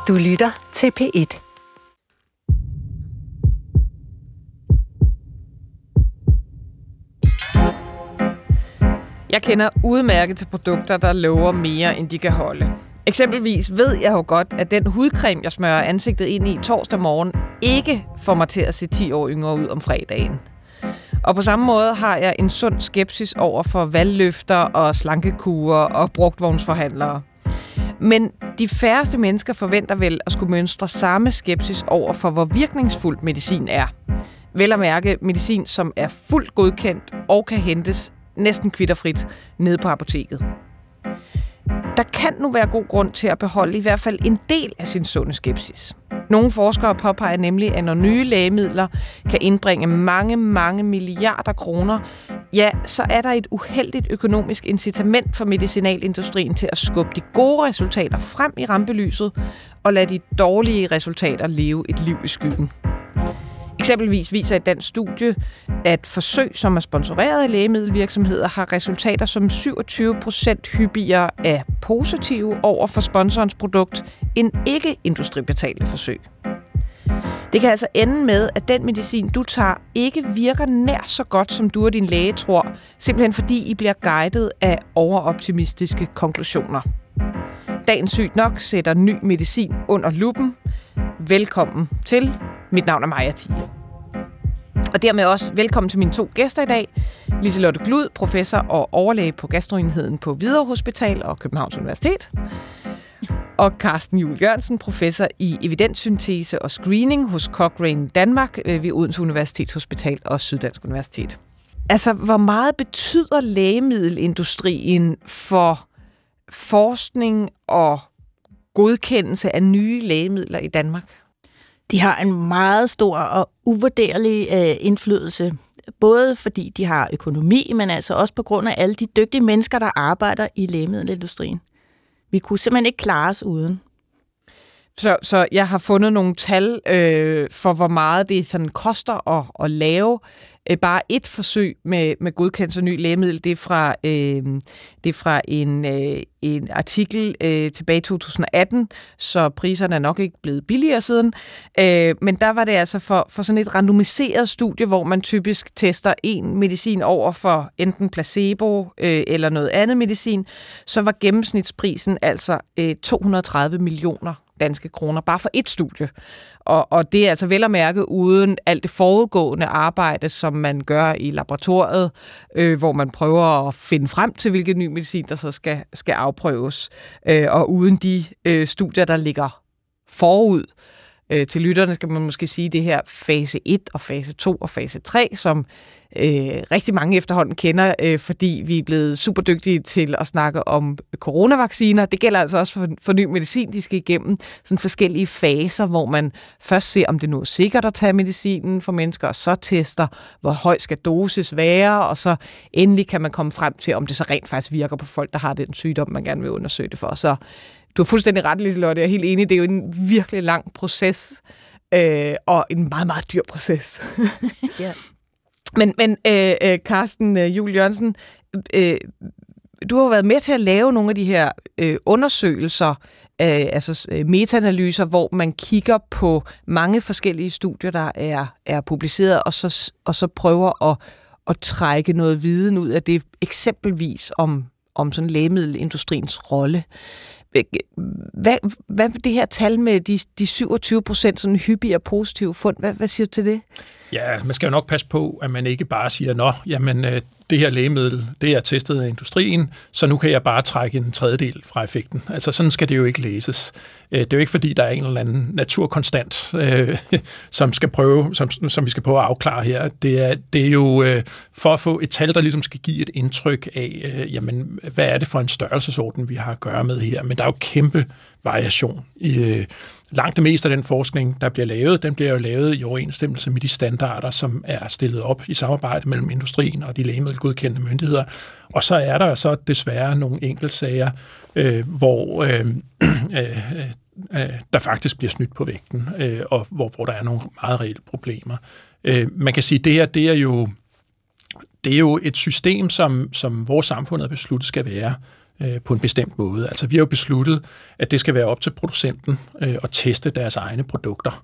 Du lytter til P1. Jeg kender udmærket til produkter, der lover mere, end de kan holde. Eksempelvis ved jeg jo godt, at den hudcreme, jeg smører ansigtet ind i torsdag morgen, ikke får mig til at se 10 år yngre ud om fredagen. Og på samme måde har jeg en sund skepsis over for valgløfter og slankekurer og brugtvognsforhandlere. Men de færreste mennesker forventer vel at skulle mønstre samme skepsis over for, hvor virkningsfuld medicin er. Vel at mærke medicin, som er fuldt godkendt og kan hentes næsten kvitterfrit nede på apoteket. Der kan nu være god grund til at beholde i hvert fald en del af sin sunde skepsis. Nogle forskere påpeger nemlig, at når nye lægemidler kan indbringe mange milliarder kroner, ja, så er der et uheldigt økonomisk incitament for medicinalindustrien til at skubbe de gode resultater frem i rampelyset og lade de dårlige resultater leve et liv i skyggen. Eksempelvis viser et dansk studie, at forsøg, som er sponsoreret af lægemiddelvirksomheder, har resultater som 27% hyppigere af positive over for sponsorens produkt end ikke-industribetalte forsøg. Det kan altså ende med, at den medicin, du tager, ikke virker nær så godt, som du og din læge tror, simpelthen fordi I bliver guidet af overoptimistiske konklusioner. Dagens Sygt Nok sætter ny medicin under luppen. Velkommen til. Mit navn er Maja Thiele. Og dermed også velkommen til mine 2 gæster i dag. Liselotte Glud, professor og overlæge på gastroenheden på Hvidovre Hospital og Københavns Universitet. Og Carsten Juel Jørgensen, professor i evidenssyntese og screening hos Cochrane Danmark ved Odense Universitetshospital og Syddansk Universitet. Altså, hvor meget betyder lægemiddelindustrien for forskning og godkendelse af nye lægemidler i Danmark? De har en meget stor og uvurderlig indflydelse, både fordi de har økonomi, men altså også på grund af alle de dygtige mennesker, der arbejder i lægemiddelindustrien. Vi kunne simpelthen ikke klare os uden. Så jeg har fundet nogle tal for, hvor meget det sådan koster at lave bare et forsøg med godkendelse af ny lægemiddel. Det er fra en artikel tilbage i 2018, så priserne er nok ikke blevet billigere siden. Men der var det altså for sådan et randomiseret studie, hvor man typisk tester en medicin over for enten placebo eller noget andet medicin, så var gennemsnitsprisen altså 230 millioner danske kroner, bare for et studie. Og det er altså vel at mærke uden alt det forudgående arbejde, som man gør i laboratoriet, hvor man prøver at finde frem til, hvilken ny medicin, der så skal afprøves. Og uden de studier, der ligger forud. Til lytterne skal man måske sige det her fase 1 og fase 2 og fase 3, som rigtig mange efterhånden kender, fordi vi er blevet super dygtige til at snakke om coronavacciner. Det gælder altså også for ny medicin, de skal igennem sådan forskellige faser, hvor man først ser, om det nu er sikkert at tage medicinen for mennesker, og så tester, hvor høj skal dosis være, og så endelig kan man komme frem til, om det så rent faktisk virker på folk, der har den sygdom, man gerne vil undersøge det for. Så du har fuldstændig ret, Liselotte, jeg er helt enig. Det er jo en virkelig lang proces, og en meget, meget dyr proces. Ja. Men Carsten Juel Jørgensen, du har været med til at lave nogle af de her undersøgelser, altså metaanalyser, hvor man kigger på mange forskellige studier, der er publiceret, og så prøver at trække noget viden ud af det, eksempelvis om sådan lægemiddelindustriens rolle. Hvad med det her tal med de 27% sådan hyppige og positive fund? Hvad siger du til det? Ja, man skal jo nok passe på, at man ikke bare siger, nå, jamen det her lægemiddel, det er testet af industrien, så nu kan jeg bare trække en tredjedel fra effekten. Altså sådan skal det jo ikke læses. Det er jo ikke fordi, der er en eller anden naturkonstant, som vi skal prøve at afklare her. Det er jo for at få et tal, der ligesom skal give et indtryk af, jamen, hvad er det for en størrelsesorden, vi har at gøre med her. Men der er jo kæmpe variation. Langt det meste af den forskning, der bliver lavet, den bliver jo lavet i overensstemmelse med de standarder, som er stillet op i samarbejde mellem industrien og de lægemiddelgodkendte myndigheder. Og så er der så desværre nogle enkeltsager, hvor der faktisk bliver snydt på vægten, og hvor der er nogle meget reelle problemer. Man kan sige, at det her, det er jo et system, som vores samfund har besluttet skal være på en bestemt måde. Altså, vi har jo besluttet, at det skal være op til producenten at teste deres egne produkter.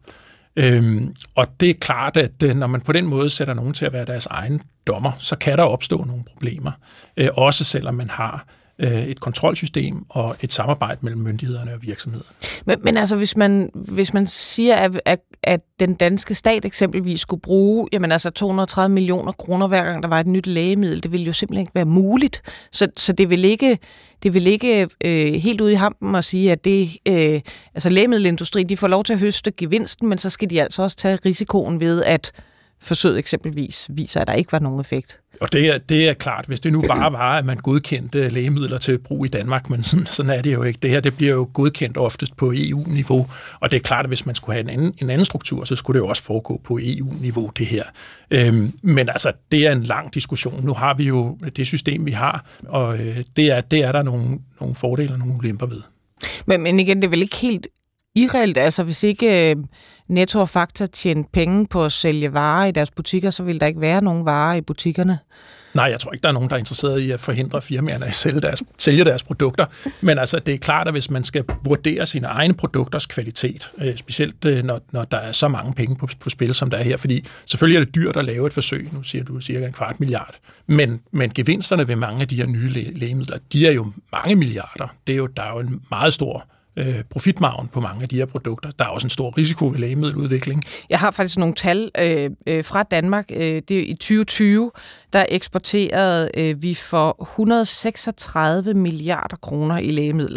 Og det er klart, at når man på den måde sætter nogen til at være deres egen dommer, så kan der opstå nogle problemer. Også selvom man har et kontrolsystem og et samarbejde mellem myndighederne og virksomheder. Men altså, hvis man siger, at den danske stat eksempelvis skulle bruge 230 millioner kroner hver gang der var et nyt lægemiddel, det ville jo simpelthen ikke være muligt. Så det vil ikke helt ude i hampen at sige, at lægemiddelindustrien, de får lov til at høste gevinsten, men så skal de altså også tage risikoen ved, at forsøget eksempelvis viser, at der ikke var nogen effekt. Og det er klart, hvis det nu bare var, at man godkendte lægemidler til brug i Danmark, men sådan er det jo ikke. Det her det bliver jo godkendt oftest på EU-niveau, og det er klart, at hvis man skulle have en anden struktur, så skulle det jo også foregå på EU-niveau, det her. Men altså, det er en lang diskussion. Nu har vi jo det system, vi har, og det er der nogle fordele og nogle ulemper ved. Men igen, det er vel ikke helt irreelt, altså hvis ikke Netto og Fakta tjente penge på at sælge varer i deres butikker, så vil der ikke være nogen varer i butikkerne. Nej, jeg tror ikke, der er nogen, der er interesseret i at forhindre firmaerne at sælge deres produkter. Men altså, det er klart, at hvis man skal vurdere sine egne produkters kvalitet, specielt når der er så mange penge på spil, som der er her, fordi selvfølgelig er det dyrt at lave et forsøg, nu siger du cirka 250 milliarder, men gevinsterne ved mange af de her nye lægemidler, de er jo mange milliarder. Der er jo en meget stor profitmargen på mange af de her produkter. Der er også en stor risiko ved lægemiddeludvikling. Jeg har faktisk nogle tal fra Danmark. Det er i 2020, der eksporterede vi for 136 milliarder kroner i lægemidler.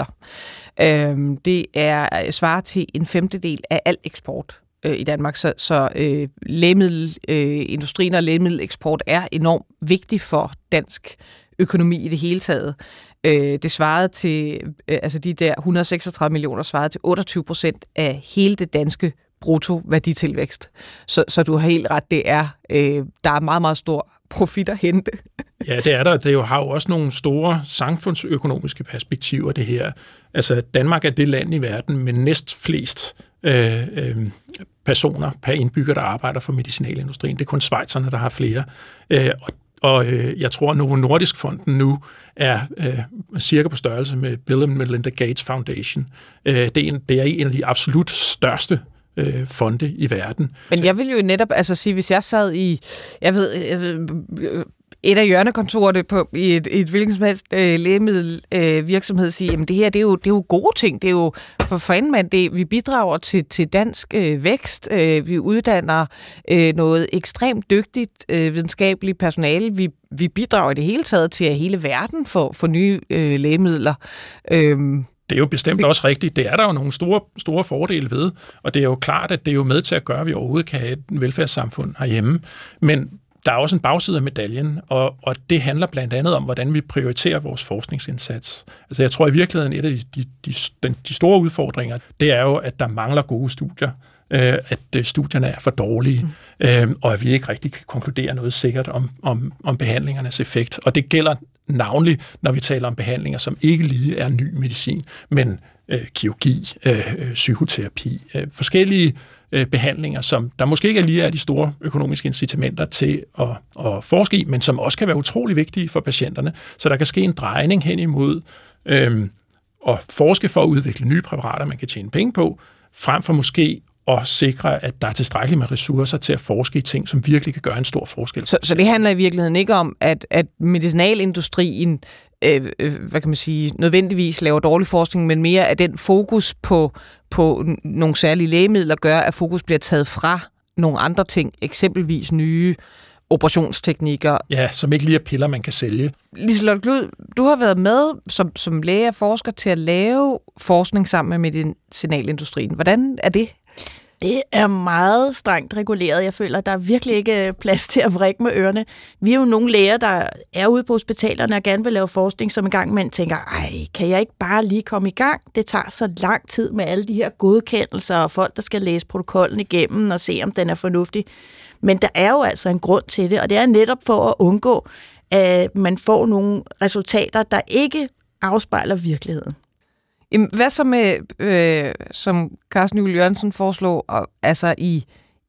Det svarer til en femtedel af al eksport i Danmark, så lægemiddelindustrien og lægemiddeleksport er enormt vigtig for dansk økonomi i det hele taget. Det svarede til, de der 136 millioner svarede til 28% af hele det danske bruttoværditilvækst. Så du har helt ret, der er meget, meget stor profit at hente. Ja, det er der. Det har jo også nogle store samfundsøkonomiske perspektiver, det her. Altså, Danmark er det land i verden med næst flest personer per indbygger, der arbejder for medicinalindustrien. Det er kun schweizerne, der har flere. Og jeg tror, at Novo Nordisk-fonden nu er cirka på størrelse med Bill and Melinda Gates Foundation. Det er en af de absolut største fonde i verden. Men jeg vil jo netop sige, hvis jeg sad i, et af hjørnekontorerne i et hvilken som helst lægemiddelvirksomhed sige, jamen det her, det er jo gode ting. Det er jo for fanden, vi bidrager til dansk vækst. Vi uddanner noget ekstremt dygtigt videnskabeligt personale. Vi bidrager i det hele taget til, at hele verden får nye lægemidler. Det er jo bestemt også rigtigt. Det er der jo nogle store fordele ved, og det er jo klart, at det er jo med til at gøre, at vi overhovedet kan have et velfærdssamfund herhjemme. Men der er også en bagside af medaljen, og det handler blandt andet om, hvordan vi prioriterer vores forskningsindsats. Altså jeg tror i virkeligheden, et af de store udfordringer, det er jo, at der mangler gode studier, at studierne er for dårlige, og at vi ikke rigtig kan konkludere noget sikkert om behandlingernes effekt. Og det gælder navnlig, når vi taler om behandlinger, som ikke lige er ny medicin, men kirurgi, psykoterapi, forskellige behandlinger, som der måske ikke lige er de store økonomiske incitamenter til at forske i, men som også kan være utrolig vigtige for patienterne. Så der kan ske en drejning hen imod at forske for at udvikle nye præparater, man kan tjene penge på, frem for måske at sikre, at der er tilstrækkeligt med ressourcer til at forske i ting, som virkelig kan gøre en stor forskel. Så det handler i virkeligheden ikke om, at medicinalindustrien nødvendigvis laver dårlig forskning, men mere at den fokus på nogle særlige lægemidler gør, at fokus bliver taget fra nogle andre ting, eksempelvis nye operationsteknikker. Ja, som ikke lige er piller, man kan sælge. Liselotte Glud, du har været med som læge og forsker til at lave forskning sammen med medicinalindustrien. Hvordan er det? Det er meget strengt reguleret. Jeg føler, at der er virkelig ikke plads til at vrikke med ørerne. Vi er jo nogle læger, der er ude på hospitalerne og gerne vil lave forskning, som en gang imellem tænker, kan jeg ikke bare lige komme i gang? Det tager så lang tid med alle de her godkendelser og folk, der skal læse protokollen igennem og se, om den er fornuftig. Men der er jo altså en grund til det, og det er netop for at undgå, at man får nogle resultater, der ikke afspejler virkeligheden. Hvad så med, som Carsten Juhl Jørgensen foreslår, altså i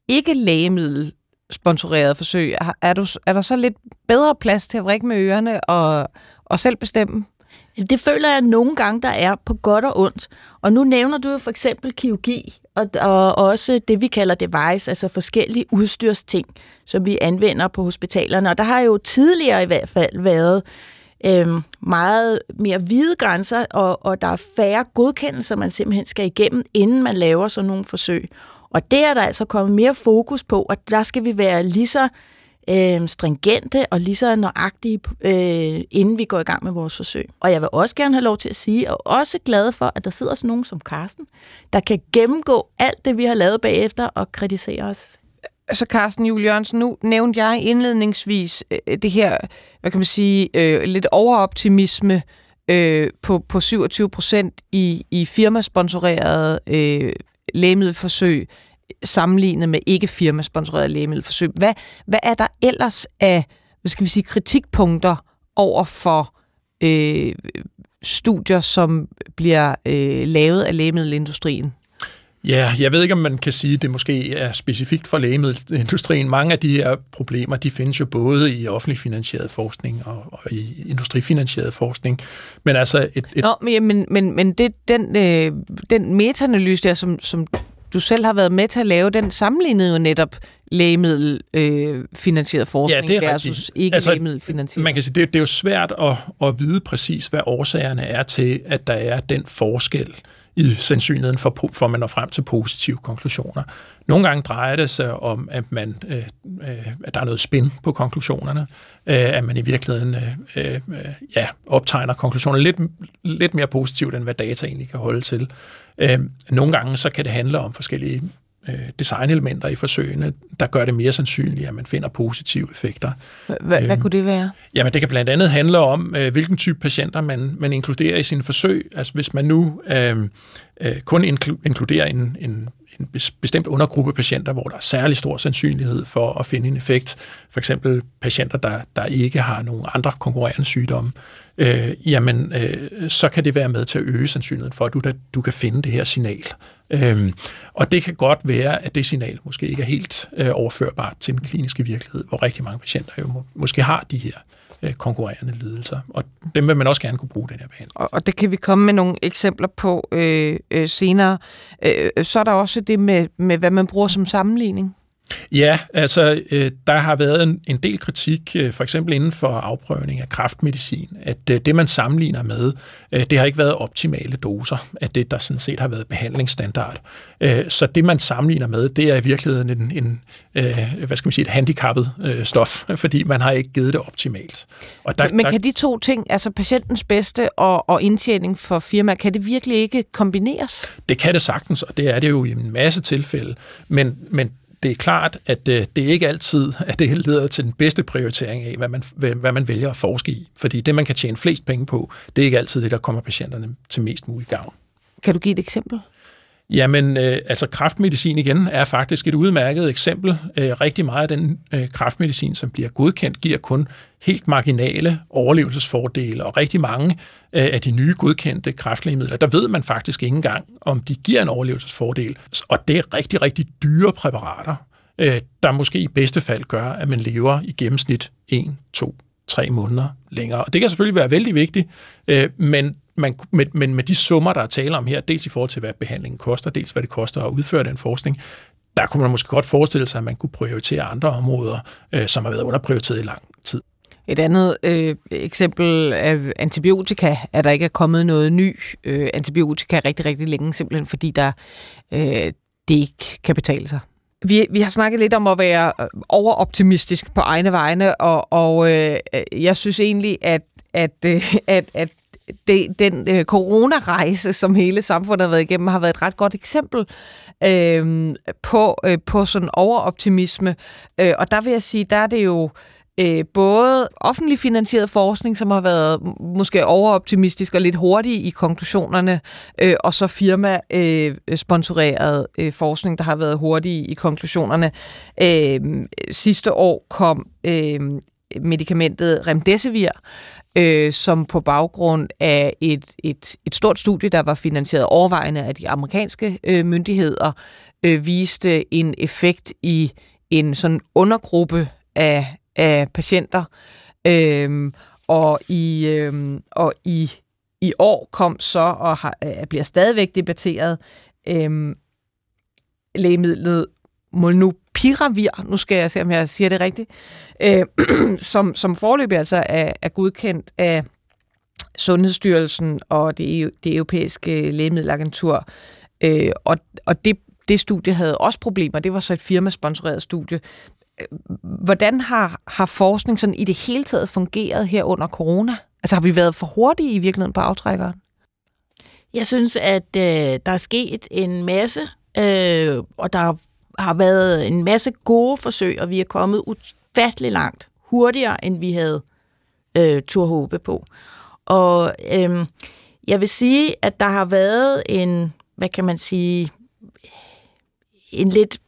ikke-lægemiddel-sponsorerede forsøg, er der så lidt bedre plads til at vrikke med ørerne og selv bestemme? Det føler jeg, at nogle gange, der er på godt og ondt. Og nu nævner du jo for eksempel kirurgi, og også det, vi kalder device, altså forskellige udstyrsting, som vi anvender på hospitalerne. Og der har jo tidligere i hvert fald været meget mere hvide grænser, og der er færre godkendelser, man simpelthen skal igennem, inden man laver sådan nogle forsøg. Og det er der altså kommet mere fokus på, og der skal vi være lige så stringente og lige så nøjagtige, inden vi går i gang med vores forsøg. Og jeg vil også gerne have lov til at sige, og også glad for, at der sidder sådan nogen som Carsten, der kan gennemgå alt det, vi har lavet bagefter og kritisere os. Så Carsten Juel Jørgensen, nu nævnte jeg indledningsvis det her, hvad kan man sige, lidt overoptimisme på 27% i firmasponsorerede lægemiddelforsøg, sammenlignet med ikke-firmasponsorerede lægemiddelforsøg. Hvad er der ellers af, hvad skal vi sige, kritikpunkter over for studier, som bliver lavet af lægemiddelindustrien? Ja, jeg ved ikke, om man kan sige, at det måske er specifikt for lægemiddelindustrien. Mange af de her problemer, de findes jo både i offentlig finansieret forskning og i industrifinansieret forskning. Men altså men den metaanalyse der, som du selv har været med til at lave, den sammenlignede jo netop lægemiddelfinansieret forskning versus ikke lægemiddelfinansieret. Man kan sige, det er jo svært at vide præcis, hvad årsagerne er til, at der er den forskel i sandsynligheden for at man når frem til positive konklusioner. Nogle gange drejer det sig om, at at der er noget spin på konklusionerne, at man i virkeligheden optegner konklusioner lidt mere positivt, end hvad data egentlig kan holde til. Nogle gange så kan det handle om forskellige designelementer i forsøgene, der gør det mere sandsynligt, at man finder positive effekter. Hvad kunne det være? Jamen, det kan blandt andet handle om, hvilken type patienter man inkluderer i sine forsøg. Altså, hvis man nu kun inkluderer en bestemt undergruppe patienter, hvor der er særlig stor sandsynlighed for at finde en effekt, for eksempel patienter, der ikke har nogen andre konkurrerende sygdomme, så kan det være med til at øge sandsynligheden for, at du kan finde det her signal. Og det kan godt være, at det signal måske ikke er helt overførbart til den kliniske virkelighed, hvor rigtig mange patienter jo måske har de her konkurrerende lidelser, og dem vil man også gerne kunne bruge den her behandling. Og det kan vi komme med nogle eksempler på senere. Så er der også det med, hvad man bruger som sammenligning. Ja, altså der har været en del kritik, for eksempel inden for afprøvning af kræftmedicin, at det man sammenligner med, det har ikke været optimale doser af det, der sådan set har været behandlingsstandard. Så det man sammenligner med, det er i virkeligheden et handicappet stof, fordi man har ikke givet det optimalt. Og Men kan de to ting, altså patientens bedste og indtjening for firmaer, kan det virkelig ikke kombineres? Det kan det sagtens, og det er det jo i en masse tilfælde, men det er klart, at det ikke altid at det leder til den bedste prioritering af, hvad man vælger at forske i. Fordi det, man kan tjene flest penge på, det er ikke altid det, der kommer patienterne til mest mulig gavn. Kan du give et eksempel? Jamen, kræftmedicin igen er faktisk et udmærket eksempel. Rigtig meget af den kræftmedicin, som bliver godkendt, giver kun helt marginale overlevelsesfordele, og rigtig mange af de nye godkendte kræftlægemidler, der ved man faktisk ikke engang, om de giver en overlevelsesfordel. Og det er rigtig, rigtig dyre præparater, der måske i bedste fald gør, at man lever i gennemsnit 1, 2, 3 måneder længere. Og det kan selvfølgelig være vældig vigtigt, men med de summer, der er tale om her, dels i forhold til, hvad behandlingen koster, dels hvad det koster at udføre den forskning, der kunne man måske godt forestille sig, at man kunne prioritere andre områder, som har været underprioriteret i lang tid. Et andet eksempel af antibiotika, at der ikke er kommet noget ny antibiotika rigtig, rigtig længe, simpelthen fordi det ikke kan betale sig. Vi har snakket lidt om at være overoptimistisk på egne vegne, og jeg synes egentlig, at den coronarejse, som hele samfundet har været igennem, har været et ret godt eksempel på sådan overoptimisme. Og der vil jeg sige, der er det jo både offentlig finansieret forskning, som har været måske overoptimistisk og lidt hurtig i konklusionerne, og så firma-sponsoreret forskning, der har været hurtig i konklusionerne. Sidste år kom medikamentet Remdesivir, som på baggrund af et stort studie, der var finansieret overvejende af de amerikanske myndigheder, viste en effekt i en sådan undergruppe af patienter, og i i år kom så og bliver stadigvæk debatteret lægemidlet Molnupiravir, nu skal jeg se, om jeg siger det rigtigt, som foreløbig altså er godkendt af Sundhedsstyrelsen og det europæiske lægemiddelagentur. Og det studie havde også problemer. Det var så et firmasponsoreret studie. Hvordan har forskning sådan i det hele taget fungeret her under corona? Altså har vi været for hurtige i virkeligheden på aftrækkeren? Jeg synes, at der er sket en masse, og der har været en masse gode forsøg, og vi er kommet ufattelig langt hurtigere, end vi havde turde håbe på. Og jeg vil sige, at der har været en, hvad kan man sige, en lidt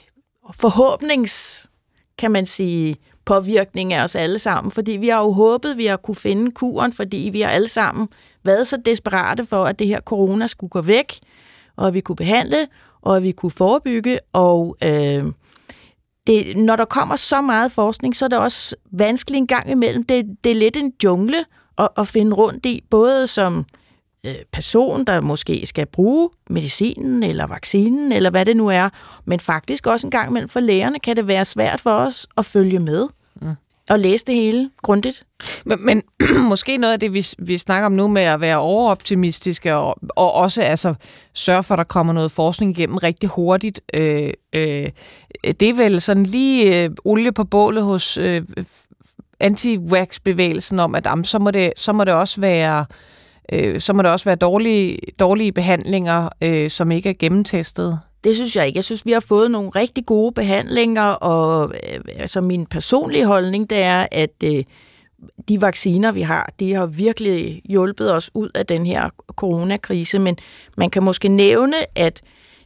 kan man sige, påvirkning af os alle sammen, fordi vi har jo håbet, at vi har kunne finde kuren, fordi vi har alle sammen været så desperate for, at det her corona skulle gå væk, og at vi kunne behandle, og at vi kunne forebygge, og når der kommer så meget forskning, så er det også vanskeligt en gang imellem. Det er lidt en jungle at finde rundt i, både som person, der måske skal bruge medicinen eller vaccinen, eller hvad det nu er, men faktisk også en gang imellem for lægerne kan det være svært for os at følge med og læse det hele grundigt. Men måske noget af det, vi snakker om nu med at være overoptimistiske og også altså, sørge for, at der kommer noget forskning igennem rigtig hurtigt. Det er vel sådan lige olie på bålet hos anti-vax-bevægelsen om, at så må det også være dårlige behandlinger, som ikke er gennemtestet. Det synes jeg ikke. Jeg synes, vi har fået nogle rigtig gode behandlinger, og altså min personlige holdning, det er, at de vacciner, vi har, de har virkelig hjulpet os ud af den her coronakrise, men man kan måske nævne, at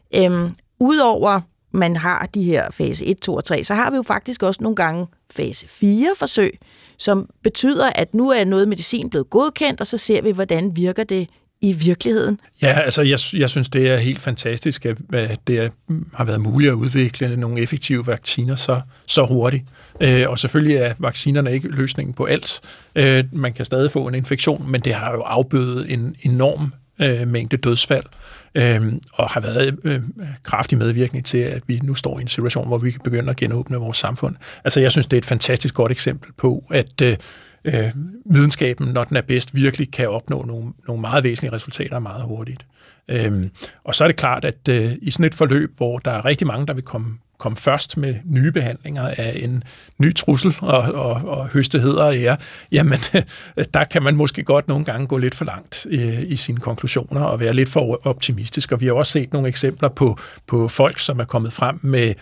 udover man har de her fase 1, 2 og 3, så har vi jo faktisk også nogle gange fase 4-forsøg, som betyder, at nu er noget medicin blevet godkendt, og så ser vi, hvordan virker det i virkeligheden. Ja, altså jeg synes, det er helt fantastisk, at det har været muligt at udvikle nogle effektive vacciner så hurtigt. Og selvfølgelig er vaccinerne ikke løsningen på alt. Man kan stadig få en infektion, men det har jo afbødet en enorm mængde dødsfald, og har været kraftig medvirkning til, at vi nu står i en situation, hvor vi begynder at genåbne vores samfund. Altså jeg synes, det er et fantastisk godt eksempel på, at videnskaben, når den er bedst, virkelig kan opnå nogle meget væsentlige resultater meget hurtigt. Og så er det klart, at i sådan et forløb, hvor der er rigtig mange, der vil komme først med nye behandlinger af en ny trussel og høste heder og ære, jamen der kan man måske godt nogle gange gå lidt for langt i sine konklusioner og være lidt for optimistisk. Og vi har også set nogle eksempler på folk, som er kommet frem med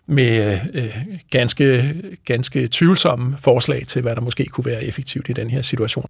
ganske tvivlsomme forslag til, hvad der måske kunne være effektivt i den her situation.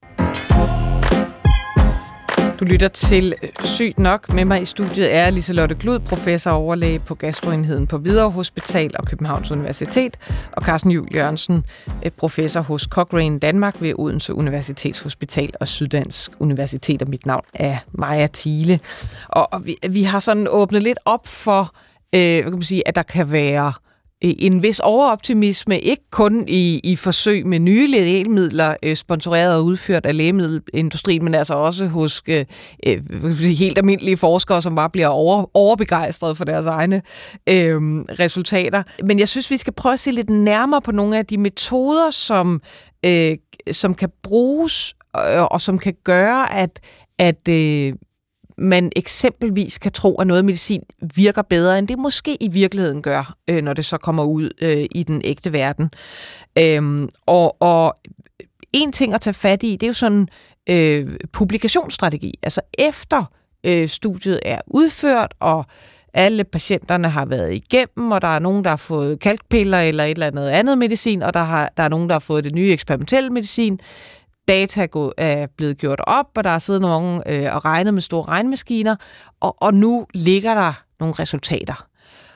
Du lytter til Sygt Nok. Med mig i studiet er Liselotte Glud, professor og overlæge på gastroenheden på Hvidovre Hospital og Københavns Universitet, og Carsten Juhl Jørgensen, professor hos Cochrane Danmark ved Odense Universitetshospital og Syddansk Universitet, og mit navn er Maja Thiele. Og vi har sådan åbnet lidt op for, kan man sige, at der kan være en vis overoptimisme, ikke kun i forsøg med nye lægemidler, sponsoreret og udført af lægemiddelindustrien, men altså også hos helt almindelige forskere, som bare bliver overbegejstrede for deres egne resultater. Men jeg synes, vi skal prøve at se lidt nærmere på nogle af de metoder, som kan bruges, og som kan gøre, at man eksempelvis kan tro, at noget medicin virker bedre, end det måske i virkeligheden gør, når det så kommer ud i den ægte verden. Og en ting at tage fat i, det er jo sådan publikationsstrategi. Altså efter studiet er udført, og alle patienterne har været igennem, og der er nogen, der har fået kalkpiller eller et eller andet medicin, og der er nogen, der har fået det nye eksperimentelle medicin. Data er blevet gjort op, og der er siddet nogen og regnet med store regnemaskiner, og nu ligger der nogle resultater.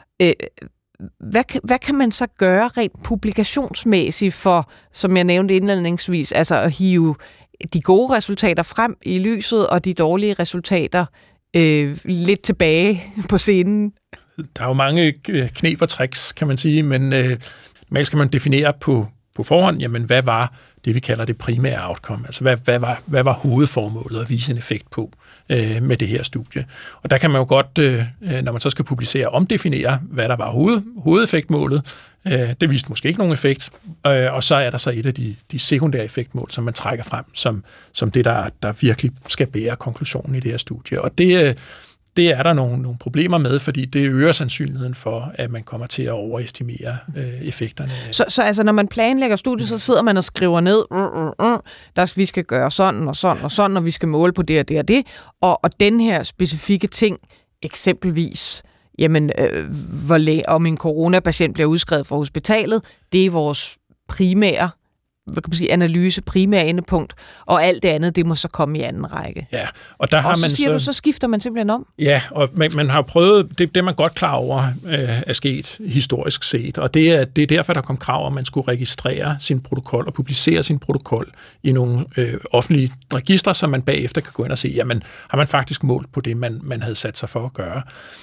Hvad kan man så gøre rent publikationsmæssigt for, som jeg nævnte indledningsvis, altså at hive de gode resultater frem i lyset, og de dårlige resultater lidt tilbage på scenen? Der er jo mange knep og tricks, kan man sige, men normalt skal man definere på på forhånd, jamen hvad var det, vi kalder det primære outcome? Altså hvad var hovedformålet at vise en effekt på med det her studie? Og der kan man jo godt, når man så skal publicere, omdefinere, hvad der var hovedeffektmålet. Det viste måske ikke nogen effekt, og så er der så et af de sekundære effektmål, som man trækker frem som det, der virkelig skal bære konklusionen i det her studie. Og det er der nogle problemer med, fordi det øger sandsynligheden for, at man kommer til at overestimere effekterne. Så altså, når man planlægger studiet, så sidder man og skriver ned, vi skal gøre sådan og sådan og sådan, og vi skal måle på det og det og det, og den her specifikke ting, eksempelvis, jamen, om en coronapatient bliver udskrevet fra hospitalet, det er vores primære analyse, primære endepunkt, og alt det andet, det må så komme i anden række. Ja, og der har så man siger du, så skifter man simpelthen om? Ja, og man har prøvet, det er man godt klar over er sket historisk set, og det er derfor, der kom krav om, at man skulle registrere sin protokol og publicere sin protokol i nogle offentlige registre, så man bagefter kan gå ind og se, jamen, har man faktisk målt på det, man havde sat sig for at gøre.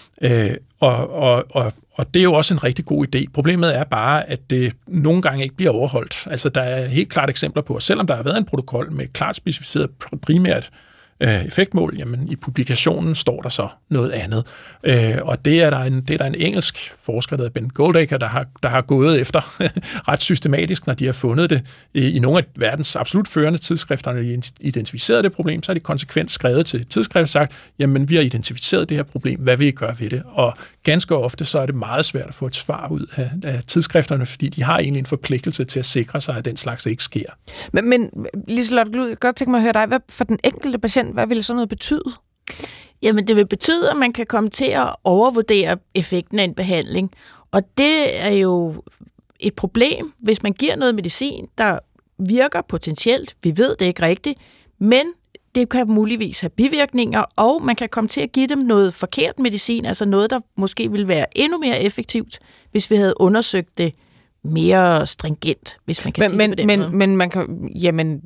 Og det er jo også en rigtig god idé. Problemet er bare, at det nogle gange ikke bliver overholdt. Altså, der er helt klart eksempler på, at selvom der har været en protokol med klart specificeret primært effektmål, jamen i publikationen står der så noget andet. Og det er der en engelsk forsker, der hedder Ben Goldacre, der har gået efter ret systematisk, når de har fundet det i nogle af verdens absolut førende tidsskrifter, når de identificeret det problem, så har de konsekvent skrevet til tidsskrifter og sagt, jamen vi har identificeret det her problem, hvad vil I gøre ved det? Og ganske ofte så er det meget svært at få et svar ud af tidsskrifterne, fordi de har egentlig en forpligtelse til at sikre sig, at den slags ikke sker. Men Liselotte, jeg kan godt tænke mig at høre dig, hvad for den enkelte patient, hvad vil sådan noget betyde? Jamen, det vil betyde, at man kan komme til at overvurdere effekten af en behandling. Og det er jo et problem, hvis man giver noget medicin, der virker potentielt. Vi ved det ikke rigtigt, men det kan muligvis have bivirkninger, og man kan komme til at give dem noget forkert medicin, altså noget, der måske ville være endnu mere effektivt, hvis vi havde undersøgt det mere stringent, hvis man kan sige det på den måde. Men man kan, jamen,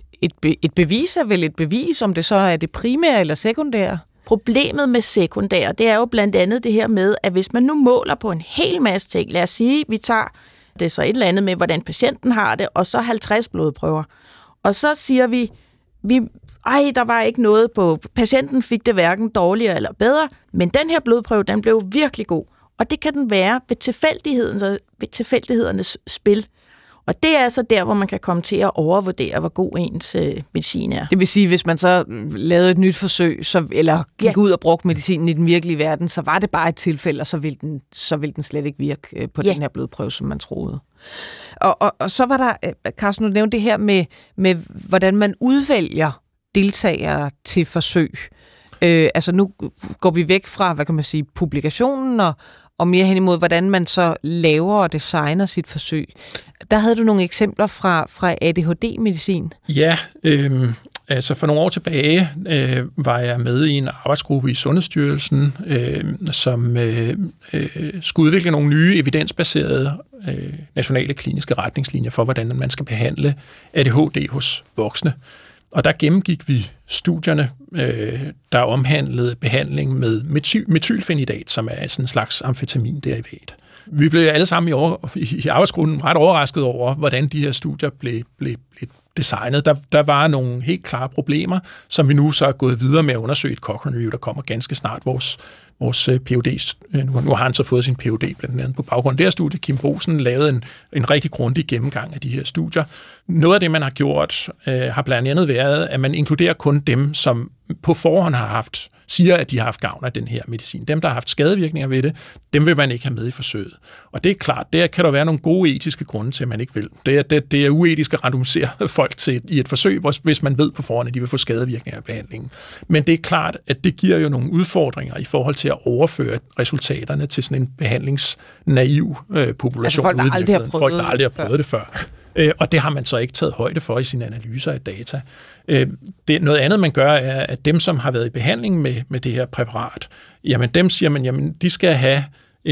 et bevis er vel et bevis, om det så er det primære eller sekundære? Problemet med sekundære, det er jo blandt andet det her med, at hvis man nu måler på en hel masse ting, lad os sige, vi tager det så et eller andet med, hvordan patienten har det, og så 50 blodprøver. Og så siger vi der var ikke noget på, patienten fik det hverken dårligere eller bedre, men den her blodprøve, den blev virkelig god. Og det kan den være ved tilfældighedernes spil. Og det er så der, hvor man kan komme til at overvurdere, hvor god ens medicin er. Det vil sige, hvis man så lavede et nyt forsøg, eller gik ud og brugte medicinen i den virkelige verden, så var det bare et tilfælde, og så ville den slet ikke virke på den her blodprøve, som man troede. Og så var der, Carsten, du nævnte det her med hvordan man udvælger deltagere til forsøg. Altså nu går vi væk fra, hvad kan man sige, publikationen og mere hen imod, hvordan man så laver og designer sit forsøg. Der havde du nogle eksempler fra ADHD-medicin. Ja, altså for nogle år tilbage var jeg med i en arbejdsgruppe i Sundhedsstyrelsen, som skulle udvikle nogle nye evidensbaserede nationale kliniske retningslinjer for, hvordan man skal behandle ADHD hos voksne. Og der gennemgik vi studierne, der omhandlede behandling med methylphenidat, som er sådan en slags amfetaminderivat. Vi blev alle sammen i arbejdsgruppen ret overrasket over, hvordan de her studier blev designet. Der var nogle helt klare problemer, som vi nu så er gået videre med at undersøge et Cochrane Review, der kommer ganske snart. Vores PhD, nu har han så fået sin PhD blandt andet på baggrund af det her studie. Kim Bosen lavede en rigtig grundig gennemgang af de her studier. Noget af det, man har gjort, har blandt andet været, at man inkluderer kun dem, som på forhånd siger, at de har haft gavn af den her medicin. Dem, der har haft skadevirkninger ved det, dem vil man ikke have med i forsøget. Og det er klart, der kan der være nogle gode etiske grunde til, at man ikke vil. Det er uetisk at randomisere folk i et forsøg, hvis man ved på forhånd, at de vil få skadevirkninger af behandlingen. Men det er klart, at det giver jo nogle udfordringer i forhold til at overføre resultaterne til sådan en behandlingsnaiv population. Altså folk, der aldrig har prøvet det før. Og det har man så ikke taget højde for i sine analyser af data. Noget andet, man gør, er, at dem, som har været i behandling med det her præparat, jamen dem siger man, jamen de skal have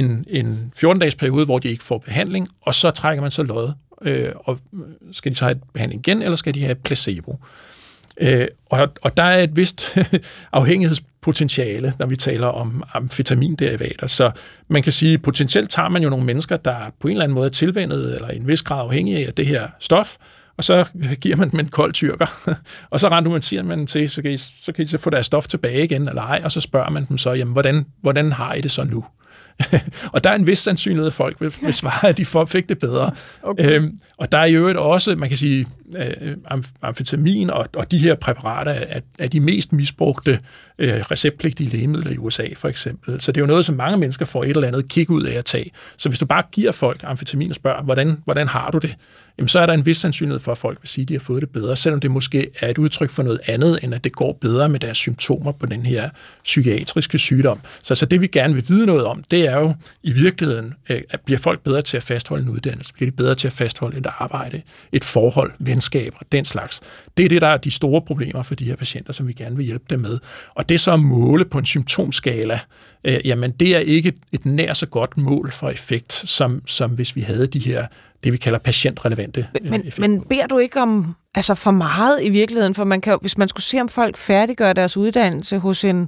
en 14-dages periode, hvor de ikke får behandling, og så trækker man så lod. Og skal de så have behandling igen, eller skal de have placebo? Og der er et vist afhængighedspotentiale, når vi taler om amfetaminderivater. Så man kan sige, at potentielt tager man jo nogle mennesker, der på en eller anden måde er tilvænnet eller i en vis grad afhængige af det her stof, og så giver man dem en kold tyrker, og så randomiserer man til, så kan I så få deres stof tilbage igen, eller ej, og så spørger man dem så, jamen, hvordan har I det så nu? Og der er en vis sandsynlighed, at folk vil svare, at de fik det bedre. Okay. Og der er jo også, man kan sige, amfetamin og de her præparater er de mest misbrugte receptpligtige lægemidler i USA, for eksempel. Så det er jo noget, som mange mennesker får et eller andet kick ud af at tage. Så hvis du bare giver folk amfetamin og spørger, hvordan har du det? Jamen, så er der en vis sandsynlighed for, at folk vil sige, at de har fået det bedre, selvom det måske er et udtryk for noget andet, end at det går bedre med deres symptomer på den her psykiatriske sygdom. Så det, vi gerne vil vide noget om, det er jo i virkeligheden, at bliver folk bedre til at fastholde en uddannelse? Bliver de bedre til at fastholde et arbejde, et forhold, venskaber, den slags? Det er det, der er de store problemer for de her patienter, som vi gerne vil hjælpe dem med. Og det så at måle på en symptomskala, jamen det er ikke et nær så godt mål for effekt, som hvis vi havde de her, det vi kalder patientrelevante effekter. Men beder du ikke om for meget i virkeligheden? For man kan, hvis man skulle se, om folk færdiggør deres uddannelse hos en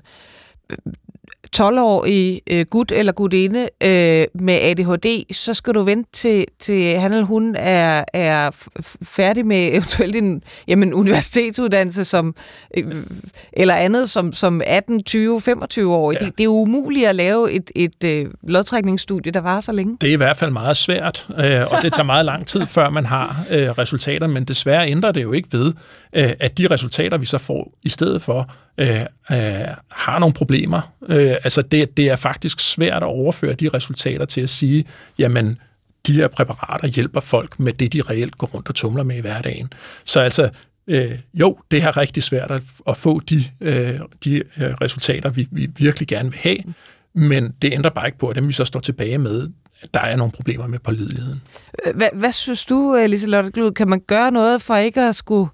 12-årig gut eller gutinde med ADHD, så skal du vente til han eller hun er færdig med eventuelt en universitetsuddannelse som, eller andet som 18, 20, 25-årig. Ja. Det er jo umuligt at lave et lodtrækningsstudie, der varer så længe. Det er i hvert fald meget svært, og det tager meget lang tid, før man har resultater, men desværre ændrer det jo ikke ved, at de resultater, vi så får i stedet for, har nogle problemer. Det er faktisk svært at overføre de resultater til at sige, jamen, de her præparater hjælper folk med det, de reelt går rundt og tumler med i hverdagen. Så jo, det er rigtig svært at få de resultater, vi virkelig gerne vil have, men det ændrer bare ikke på, at dem vi så står tilbage med, der er nogle problemer med pålideligheden. Hvad synes du, Liselotte Glud, kan man gøre noget for ikke at skulle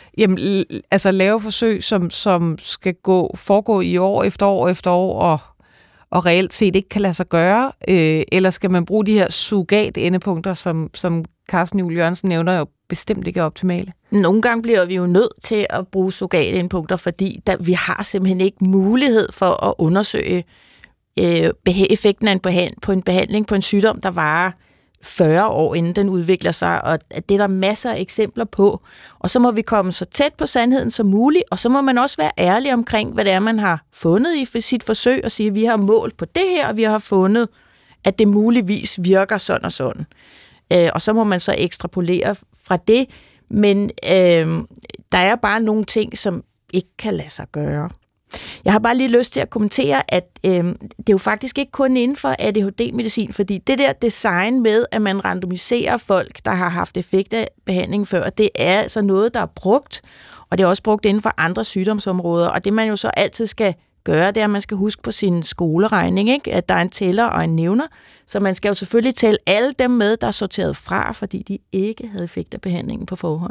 lave forsøg, som skal foregå i år efter år, og reelt set ikke kan lade sig gøre? Eller skal man bruge de her surrogat-endepunkter, som Carsten Juel Jørgensen nævner, jo bestemt ikke er optimale? Nogle gange bliver vi jo nødt til at bruge surrogat-endepunkter, fordi vi har simpelthen ikke mulighed for at undersøge effekten på en behandling på en sygdom, der varer 40 år, inden den udvikler sig, og det er der masser af eksempler på. Og så må vi komme så tæt på sandheden som muligt, og så må man også være ærlig omkring, hvad det er, man har fundet i sit forsøg, og sige, at vi har målt på det her, og vi har fundet, at det muligvis virker sådan og sådan. Og så må man så ekstrapolere fra det, men der er bare nogle ting, som ikke kan lade sig gøre. Jeg har bare lige lyst til at kommentere, at det er jo faktisk ikke kun inden for ADHD-medicin, fordi det der design med, at man randomiserer folk, der har haft effekt af behandling før, det er altså noget, der er brugt, og det er også brugt inden for andre sygdomsområder, og det man jo så altid skal gøre, det er, at man skal huske på sin skoleregning, ikke? At der er en tæller og en nævner, så man skal jo selvfølgelig tælle alle dem med, der er sorteret fra, fordi de ikke havde effekt af behandlingen på forhånd.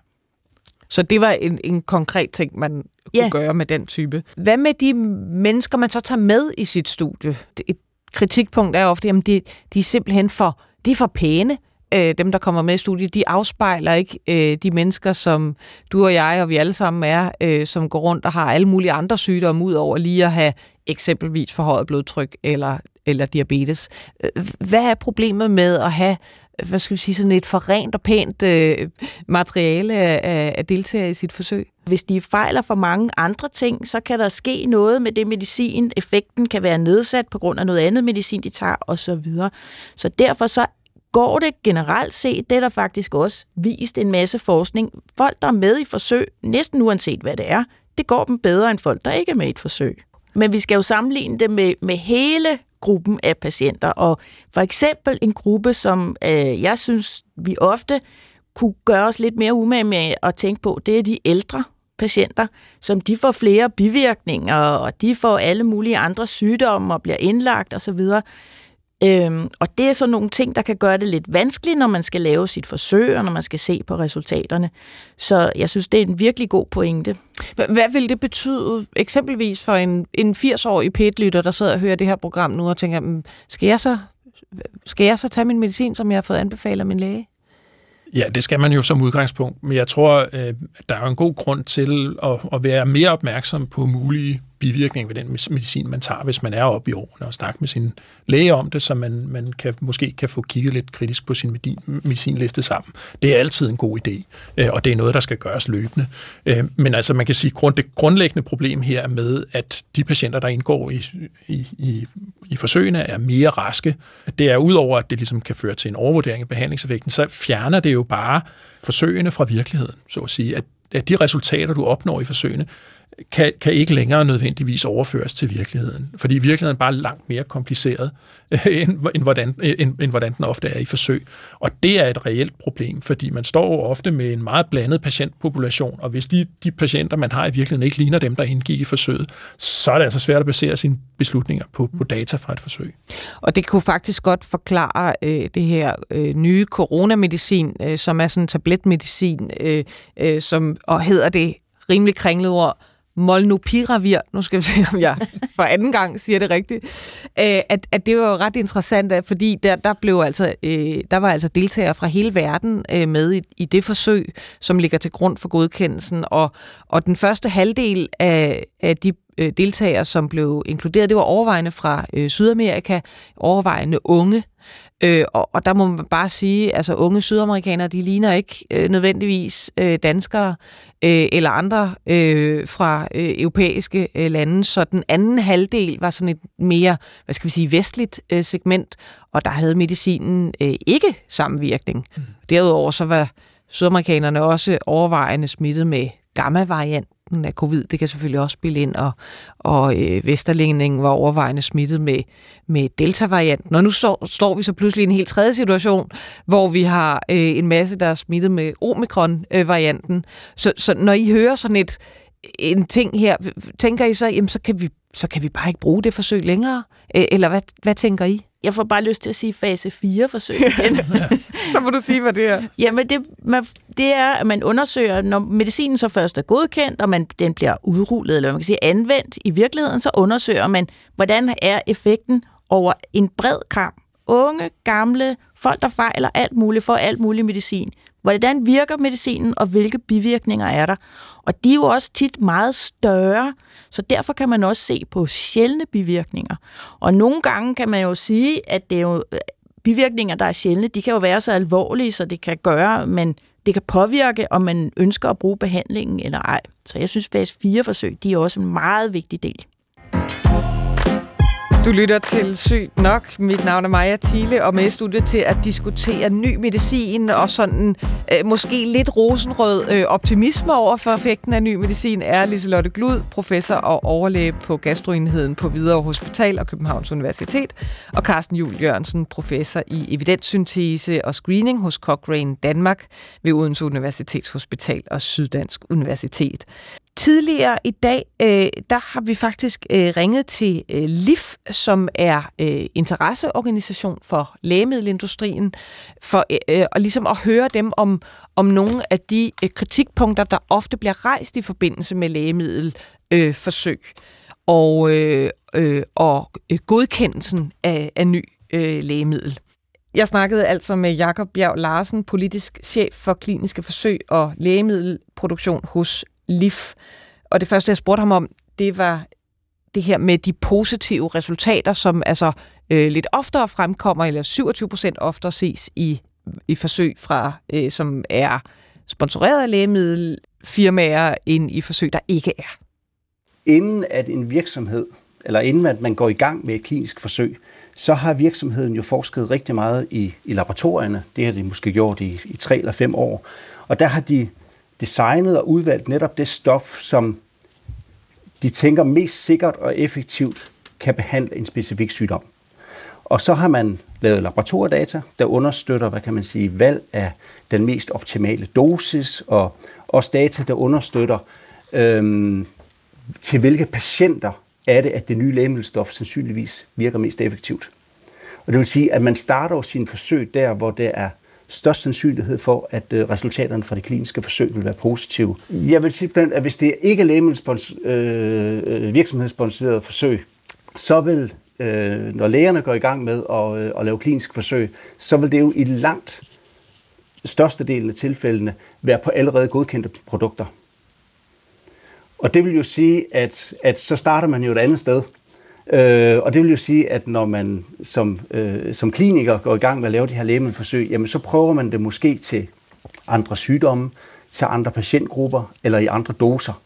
Så det var en konkret ting, man kunne gøre med den type. Hvad med de mennesker, man så tager med i sit studie? Et kritikpunkt er ofte, at de er simpelthen for pæne. Dem, der kommer med i studiet, de afspejler ikke de mennesker, som du og jeg og vi alle sammen er, som går rundt og har alle mulige andre sygdomme, ud over lige at have eksempelvis forhøjet blodtryk eller diabetes. Hvad er problemet med at have sådan et for rent og pænt materiale af deltagere i sit forsøg? Hvis de fejler for mange andre ting, så kan der ske noget med det medicin. Effekten kan være nedsat på grund af noget andet medicin, de tager osv. Så derfor så går det generelt set, det er der faktisk også vist en masse forskning. Folk, der er med i forsøg, næsten uanset hvad det er, det går dem bedre end folk, der ikke er med i et forsøg. Men vi skal jo sammenligne det med hele gruppen af patienter, og for eksempel en gruppe, som jeg synes, vi ofte kunne gøre os lidt mere umage med at tænke på, det er de ældre patienter, som de får flere bivirkninger, og de får alle mulige andre sygdomme og bliver indlagt osv. Og det er så nogle ting, der kan gøre det lidt vanskeligt, når man skal lave sit forsøg, og når man skal se på resultaterne. Så jeg synes, det er en virkelig god pointe. Hvad vil det betyde eksempelvis for en 80-årig PET-lytter, der sidder og hører det her program nu og tænker, skal jeg så tage min medicin, som jeg har fået anbefalet af min læge? Ja, det skal man jo som udgangspunkt, men jeg tror, at der er en god grund til at være mere opmærksom på mulige bivirkninger ved den medicin, man tager, hvis man er oppe i årene, og snakke med sin læge om det, så man måske kan få kigget lidt kritisk på sin medicinliste sammen. Det er altid en god idé, og det er noget, der skal gøres løbende. Men altså, man kan sige, at det grundlæggende problem her er med, at de patienter, der indgår i forsøgene, er mere raske. Det er udover, at det ligesom kan føre til en overvurdering af behandlingseffekten, så fjerner det jo bare forsøgene fra virkeligheden, så at sige. At de resultater, du opnår i forsøgene, kan ikke længere nødvendigvis overføres til virkeligheden. Fordi virkeligheden er bare langt mere kompliceret, end hvordan den ofte er i forsøg. Og det er et reelt problem, fordi man står ofte med en meget blandet patientpopulation, og hvis de patienter, man har i virkeligheden, ikke ligner dem, der indgik i forsøget, så er det altså svært at basere sine beslutninger på data fra et forsøg. Og det kunne faktisk godt forklare det her nye coronamedicin, som er sådan en tabletmedicin, og hedder det rimelig kringlet ord, Molnupiravir, nu skal vi se, om jeg for anden gang siger det rigtigt, at det var jo ret interessant, fordi der var altså deltagere fra hele verden med i det forsøg, som ligger til grund for godkendelsen, og den første halvdel af de deltagere, som blev inkluderet, det var overvejende fra Sydamerika, overvejende unge. Og der må man bare sige, altså unge sydamerikanere, de ligner ikke nødvendigvis danskere eller andre fra europæiske lande, så den anden halvdel var sådan et mere, vestligt segment, og der havde medicinen ikke sammenvirkning. Derudover så var sydamerikanerne også overvejende smittet med gamma-varianten af covid. Det kan selvfølgelig også spille ind, og Vesterlændingen var overvejende smittet med delta-varianten. Og nu står vi så pludselig i en helt tredje situation, hvor vi har en masse, der er smittet med omikron-varianten. Så når I hører sådan en ting her, tænker I så, jamen så kan vi bare ikke bruge det forsøg længere? Eller hvad tænker I? Jeg får bare lyst til at sige fase 4-forsøg igen. Så må du sige, hvad det er. Jamen, det er, at man undersøger, når medicinen så først er godkendt, og den bliver udrullet, eller man kan sige anvendt i virkeligheden, så undersøger man, hvordan er effekten over en bred kam. Unge, gamle, folk, der fejler alt muligt, for alt muligt medicin. Hvordan virker medicinen, og hvilke bivirkninger er der? Og de er jo også tit meget større, så derfor kan man også se på sjældne bivirkninger. Og nogle gange kan man jo sige, at det er jo bivirkninger, der er sjældne, de kan jo være så alvorlige, så det kan gøre, men det kan påvirke, om man ønsker at bruge behandlingen eller ej. Så jeg synes, fase 4-forsøg, de er også en meget vigtig del. Du lytter til Sygt Nok. Mit navn er Maja Thiele, og med i studiet til at diskutere ny medicin og sådan måske lidt rosenrød optimisme over for effekten af ny medicin er Liselotte Glud, professor og overlæge på gastroenheden på Hvidovre Hospital og Københavns Universitet, og Carsten Juhl Jørgensen, professor i evidenssyntese og screening hos Cochrane Danmark ved Odense Universitetshospital og Syddansk Universitet. Tidligere i dag, der har vi faktisk ringet til LIF, som er interesseorganisation for lægemiddelindustrien, for og ligesom at høre dem om nogle af de kritikpunkter, der ofte bliver rejst i forbindelse med lægemiddelforsøg og godkendelsen af ny lægemiddel. Jeg snakkede altså med Jakob Bjerg Larsen, politisk chef for kliniske forsøg og lægemiddelproduktion hos LIF. Og det første, jeg spurgte ham om, det var det her med de positive resultater, som altså lidt oftere fremkommer, eller 27% oftere ses i forsøg fra, som er sponsoreret af lægemiddelfirmaer, end i forsøg, der ikke er. Inden at en virksomhed, eller inden at man går i gang med et klinisk forsøg, så har virksomheden jo forsket rigtig meget i laboratorierne. Det har de måske gjort i 3 eller 5 år. Og der har de designet og udvalgt netop det stof, som de tænker mest sikkert og effektivt kan behandle en specifik sygdom. Og så har man lavet laboratoriedata, der understøtter, valg af den mest optimale dosis, og også data, der understøtter til hvilke patienter er det, at det nye lægemiddelstof sandsynligvis virker mest effektivt. Og det vil sige, at man starter sine forsøg der, hvor det er størst sandsynlighed for, at resultaterne fra det kliniske forsøg vil være positive. Jeg vil sige, at hvis det ikke er virksomhedssponsoreret forsøg, så vil, når lægerne går i gang med at lave klinisk forsøg, så vil det jo i langt størstedelen af tilfældene være på allerede godkendte produkter. Og det vil jo sige, at så starter man jo et andet sted. Og det vil jo sige, at når man som kliniker går i gang med at lave de her lægemiddelforsøg, jamen så prøver man det måske til andre sygdomme, til andre patientgrupper eller i andre doser.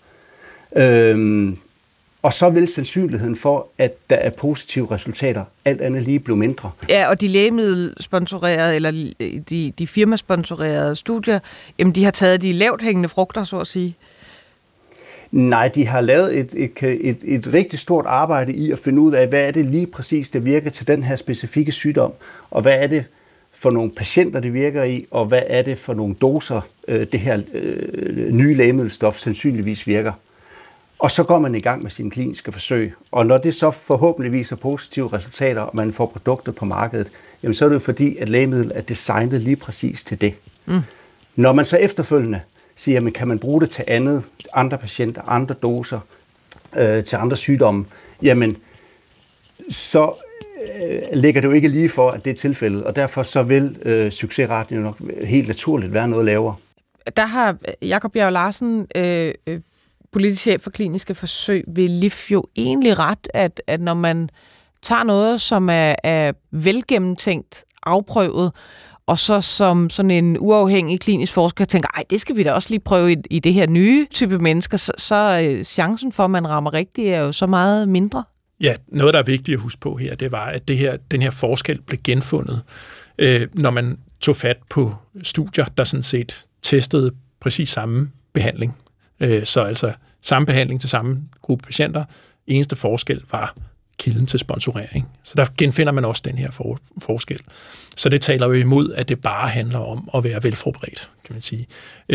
Og så vil sandsynligheden for, at der er positive resultater, alt andet lige blive mindre. Ja, og de lægemiddelsponsorerede, eller de firmasponsorerede studier, jamen de har taget de lavt hængende frugter, så at sige. Nej, de har lavet et rigtig stort arbejde i at finde ud af, hvad er det lige præcis, der virker til den her specifikke sygdom, og hvad er det for nogle patienter, det virker i, og hvad er det for nogle doser, det her nye lægemiddelstof sandsynligvis virker. Og så går man i gang med sine kliniske forsøg. Og når det så forhåbentlig viser positive resultater, og man får produktet på markedet, jamen så er det jo fordi, at lægemiddel er designet lige præcis til det. Når man så efterfølgende siger, jamen kan man bruge det til andet, andre patienter, andre doser, til andre sygdomme, jamen så ligger det jo ikke lige for, at det er tilfældet, og derfor så vil succesraten jo nok helt naturligt være noget lavere. Der har Jakob Bjerg Larsen, politisk chef for kliniske forsøg ved LIF, jo egentlig ret, at når man tager noget, som er velgennemtænkt, afprøvet, og så som sådan en uafhængig klinisk forsker tænker, ej, det skal vi da også lige prøve i det her nye type mennesker, så chancen for, at man rammer rigtigt, er jo så meget mindre. Ja, noget, der er vigtigt at huske på her, det var, at den her forskel blev genfundet, når man tog fat på studier, der sådan set testede præcis samme behandling. Så altså samme behandling til samme gruppe patienter. Eneste forskel var kilden til sponsorering. Så der genfinder man også den her forskel. Så det taler jo imod, at det bare handler om at være velforberedt, kan man sige.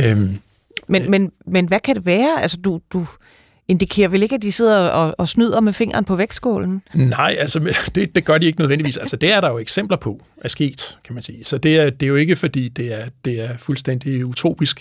Men hvad kan det være? Altså, du indikerer vel ikke, at de sidder og snyder med fingeren på vægtskålen? Nej, altså det gør de ikke nødvendigvis. Altså det er der jo eksempler på er sket, kan man sige. Så det er jo ikke, fordi det er fuldstændig utopisk,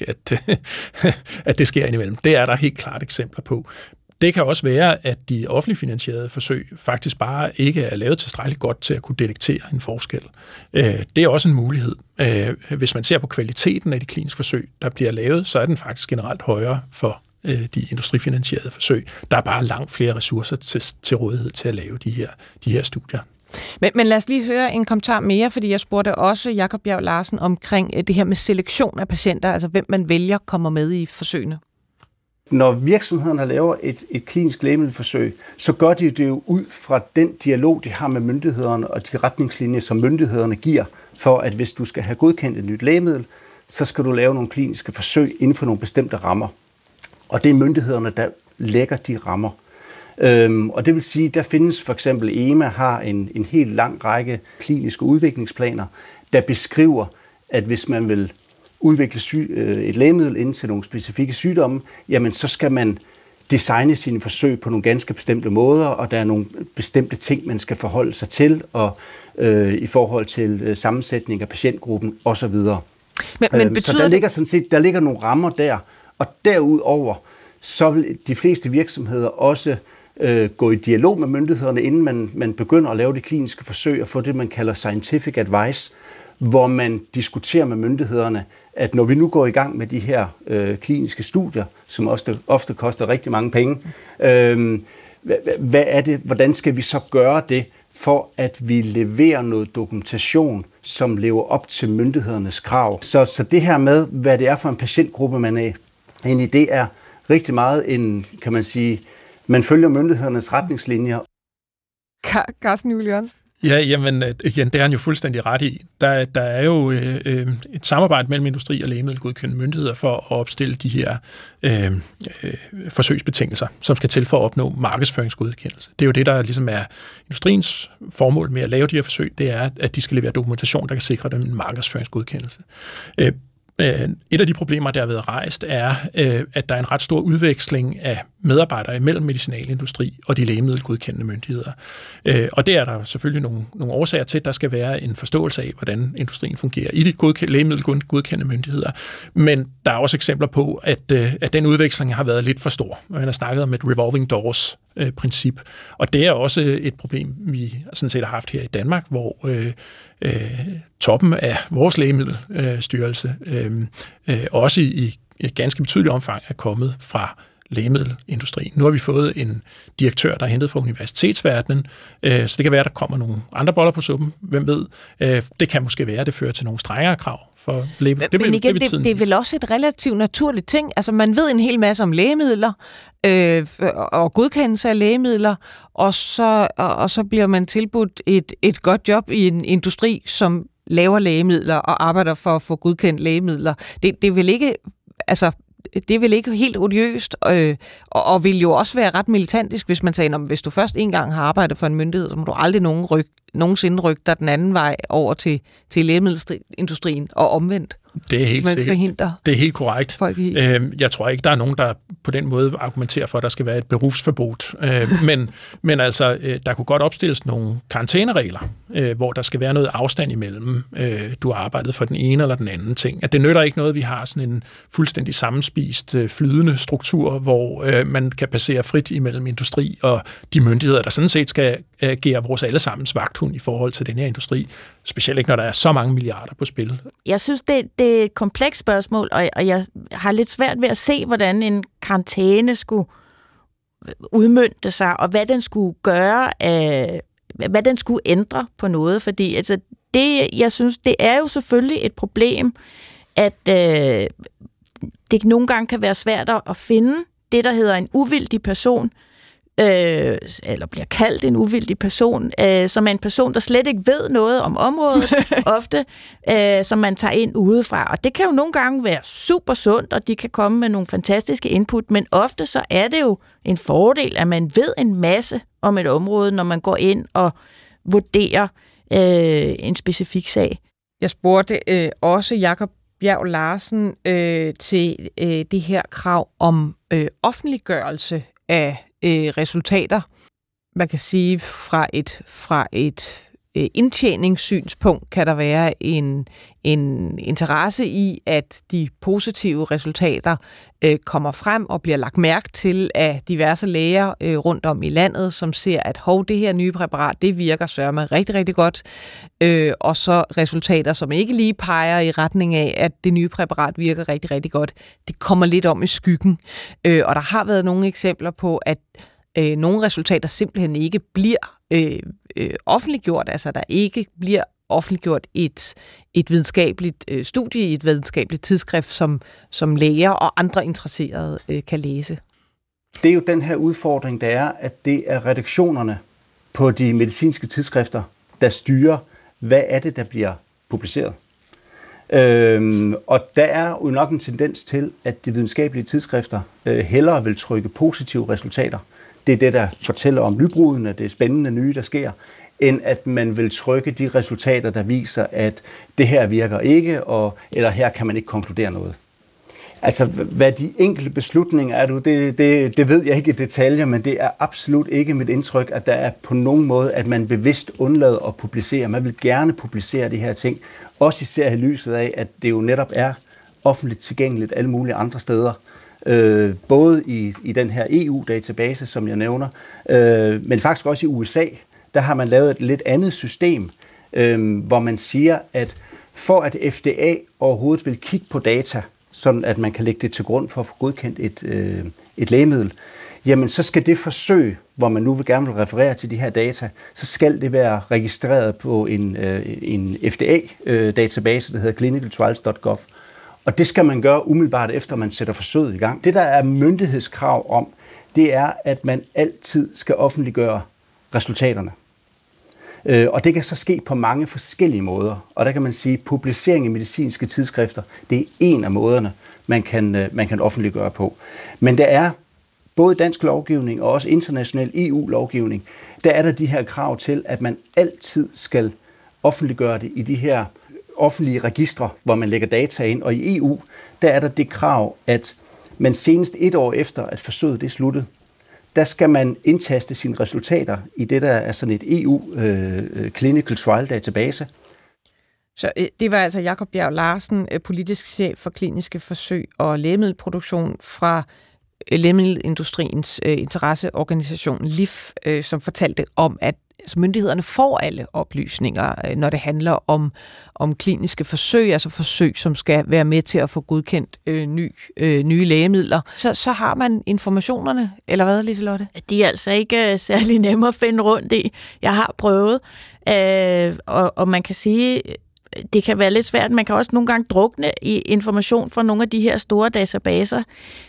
at det sker indimellem. Det er der helt klart eksempler på. Det kan også være, at de offentligt finansierede forsøg faktisk bare ikke er lavet tilstrækkeligt godt til at kunne detektere en forskel. Det er også en mulighed. Hvis man ser på kvaliteten af de kliniske forsøg, der bliver lavet, så er den faktisk generelt højere for de industrifinansierede forsøg. Der er bare langt flere ressourcer til rådighed til at lave de her studier. Men lad os lige høre en kommentar mere, fordi jeg spurgte også Jakob Bjerg Larsen omkring det her med selektion af patienter, altså hvem man vælger kommer med i forsøgene. Når virksomhederne laver et klinisk lægemiddelforsøg, så gør de det jo ud fra den dialog, de har med myndighederne og de retningslinjer, som myndighederne giver, for at hvis du skal have godkendt et nyt lægemiddel, så skal du lave nogle kliniske forsøg inden for nogle bestemte rammer. Og det er myndighederne, der lægger de rammer. Og det vil sige, der findes for eksempel EMA har en helt lang række kliniske udviklingsplaner, der beskriver, at hvis man vil udvikle et lægemiddel inden til nogle specifikke sygdomme, jamen så skal man designe sine forsøg på nogle ganske bestemte måder, og der er nogle bestemte ting, man skal forholde sig til, og i forhold til sammensætning af patientgruppen osv. Men betyder så der ligger nogle rammer der, og derudover så vil de fleste virksomheder også gå i dialog med myndighederne, inden man begynder at lave de kliniske forsøg og få det, man kalder scientific advice, hvor man diskuterer med myndighederne, at når vi nu går i gang med de her kliniske studier, som ofte koster rigtig mange penge, hvad er det, hvordan skal vi så gøre det, for at vi leverer noget dokumentation, som lever op til myndighedernes krav. Så det her med, hvad det er for en patientgruppe, man er inde i, det er rigtig meget kan man sige, man følger myndighedernes retningslinjer. Carsten Juhl Jørgensen. Ja, jamen, igen, det er han jo fuldstændig ret i. Der er jo et samarbejde mellem industri og lægemiddelgodkendende myndigheder for at opstille de her forsøgsbetingelser, som skal til for at opnå markedsføringsgodkendelse. Det er jo det, der ligesom er industriens formål med at lave de her forsøg, det er, at de skal levere dokumentation, der kan sikre dem en markedsføringsgodkendelse. Et af de problemer, der har været rejst, er, at der er en ret stor udveksling af medarbejdere imellem medicinalindustri og de lægemiddelgodkendende myndigheder. Og det er der selvfølgelig nogle årsager til. Der skal være en forståelse af, hvordan industrien fungerer i de lægemiddelgodkendende myndigheder. Men der er også eksempler på, at den udveksling har været lidt for stor. Man har snakket om et revolving doors princip. Og det er også et problem, vi sådan set har haft her i Danmark, hvor toppen af vores lægemiddelstyrelse også i et ganske betydeligt omfang er kommet fra lægemiddelindustrien. Nu har vi fået en direktør, der er hentet fra universitetsverdenen, så det kan være, at der kommer nogle andre boller på suppen. Hvem ved? Det kan måske være, at det fører til nogle strengere krav for lægemidler. Men igen, det er vel også et relativt naturligt ting. Altså, man ved en hel masse om lægemidler og godkendelse af lægemidler, og så bliver man tilbudt et godt job i en industri, som laver lægemidler og arbejder for at få godkendt lægemidler. Det er vel ikke... Altså, det er vel ikke helt odiøst, og vil jo også være ret militantisk, hvis man siger, hvis du først en gang har arbejdet for en myndighed, så må du aldrig nogensinde rykke dig den anden vej over til lægemiddelindustrien og omvendt. Det er helt sikkert. Det er helt korrekt. Jeg tror ikke, der er nogen, der på den måde argumenterer for, at der skal være et berufsverbot. Men altså, der kunne godt opstilles nogle karantæneregler, hvor der skal være noget afstand imellem, du har arbejdet for den ene eller den anden ting. At det nytter ikke noget, vi har sådan en fuldstændig sammenspist, flydende struktur, hvor man kan passere frit imellem industri og de myndigheder, der sådan set skal agere vores allesammens vagthund i forhold til den her industri. Specielt ikke, når der er så mange milliarder på spil. Jeg synes, det er et komplekst spørgsmål, og jeg har lidt svært ved at se, hvordan en karantæne skulle udmønte sig, og hvad den skulle gøre, hvad den skulle ændre på noget. Fordi altså, jeg synes, det er jo selvfølgelig et problem, at det nogle gange kan være svært at finde det, der hedder en uvildig person, eller bliver kaldt en uvildig person, som er en person, der slet ikke ved noget om området, ofte, som man tager ind udefra. Og det kan jo nogle gange være super sundt, og de kan komme med nogle fantastiske input, men ofte så er det jo en fordel, at man ved en masse om et område, når man går ind og vurderer en specifik sag. Jeg spurgte også Jakob Bjerg Larsen til det her krav om offentliggørelse af resultater. Man kan sige, fra et indtjeningssynspunkt kan der være en interesse i, at de positive resultater kommer frem og bliver lagt mærke til af diverse læger rundt om i landet, som ser, at det her nye præparat, det virker sørme rigtig, rigtig godt. Og så resultater, som ikke lige peger i retning af, at det nye præparat virker rigtig, rigtig godt. Det kommer lidt om i skyggen. Og der har været nogle eksempler på, at nogle resultater simpelthen ikke bliver offentliggjort, altså der ikke bliver offentliggjort et videnskabeligt studie i et videnskabeligt tidsskrift, som læger og andre interesserede kan læse. Det er jo den her udfordring, der er, at det er redaktionerne på de medicinske tidsskrifter, der styrer, hvad er det, der bliver publiceret. Og der er jo nok en tendens til, at de videnskabelige tidsskrifter hellere vil trykke positive resultater. Det er det, der fortæller om nybrudene, det spændende nye, der sker, end at man vil trykke de resultater, der viser, at det her virker ikke, eller her kan man ikke konkludere noget. Altså, hvad de enkelte beslutninger er, det ved jeg ikke i detaljer, men det er absolut ikke mit indtryk, at der er på nogen måde, at man bevidst undlader at publicere. Man vil gerne publicere de her ting, også især i lyset af, at det jo netop er offentligt tilgængeligt alle mulige andre steder. Både i den her EU-database, som jeg nævner, men faktisk også i USA, der har man lavet et lidt andet system, hvor man siger, at for at FDA overhovedet vil kigge på data, sådan at man kan lægge det til grund for at få godkendt et lægemiddel, jamen så skal det forsøg, hvor man nu gerne vil referere til de her data, så skal det være registreret på en FDA-database, der hedder clinicaltrials.gov. Og det skal man gøre umiddelbart efter, man sætter forsøget i gang. Det, der er myndighedskrav om, det er, at man altid skal offentliggøre resultaterne. Og det kan så ske på mange forskellige måder. Og der kan man sige, at publicering i medicinske tidsskrifter, det er en af måderne, man kan offentliggøre på. Men der er både dansk lovgivning og også international EU-lovgivning, der er der de her krav til, at man altid skal offentliggøre det i de her offentlige registre, hvor man lægger data ind. Og i EU, der er der det krav, at man senest 1 år efter, at forsøget er sluttet, der skal man indtaste sine resultater i det, der er sådan et EU Clinical Trial Database. Så det var altså Jakob Bjerg Larsen, politisk chef for kliniske forsøg og lægemiddelproduktion fra lægemiddelindustriens interesseorganisation LIF, som fortalte om, at altså myndighederne får alle oplysninger, når det handler om kliniske forsøg, altså forsøg, som skal være med til at få godkendt nye lægemidler. Så har man informationerne, eller hvad, Liselotte? De er altså ikke særlig nemme at finde rundt i. Jeg har prøvet, og man kan sige, det kan være lidt svært. Man kan også nogle gange drukne i information fra nogle af de her store databaser.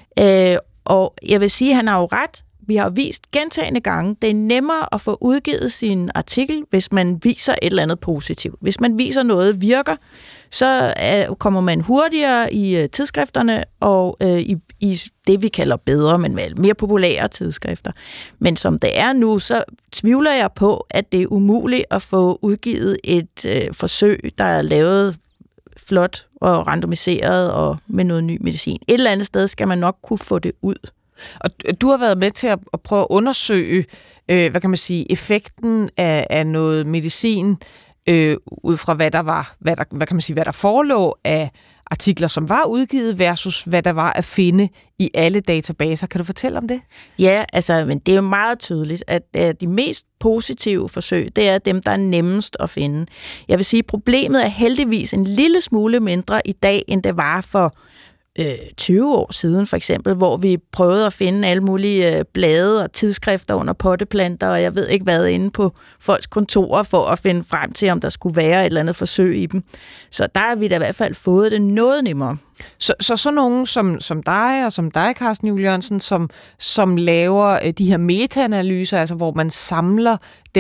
Og jeg vil sige, at han har jo ret. Vi har vist gentagne gange, det er nemmere at få udgivet sin artikel, hvis man viser et eller andet positivt. Hvis man viser noget virker, så kommer man hurtigere i tidsskrifterne og i det, vi kalder bedre, men mere populære tidsskrifter. Men som det er nu, så tvivler jeg på, at det er umuligt at få udgivet et forsøg, der er lavet flot og randomiseret og med noget ny medicin. Et eller andet sted skal man nok kunne få det ud. Og du har været med til at prøve at undersøge, hvad kan man sige, effekten af noget medicin ud fra hvad der forelå af artikler, som var udgivet, versus hvad der var at finde i alle databaser. Kan du fortælle om det? Ja, altså, men det er jo meget tydeligt, at de mest positive forsøg, det er dem, der er nemmest at finde. Jeg vil sige, at problemet er heldigvis en lille smule mindre i dag, end det var for 20 år siden for eksempel, hvor vi prøvede at finde alle mulige blade og tidsskrifter under potteplanter, og jeg ved ikke hvad, inde på folks kontorer for at finde frem til, om der skulle være et eller andet forsøg i dem. Så der har vi da i hvert fald fået det noget nemmere. Så nogen som dig og som dig, Carsten Juel Jørgensen, som laver de her meta-analyser, altså hvor man samler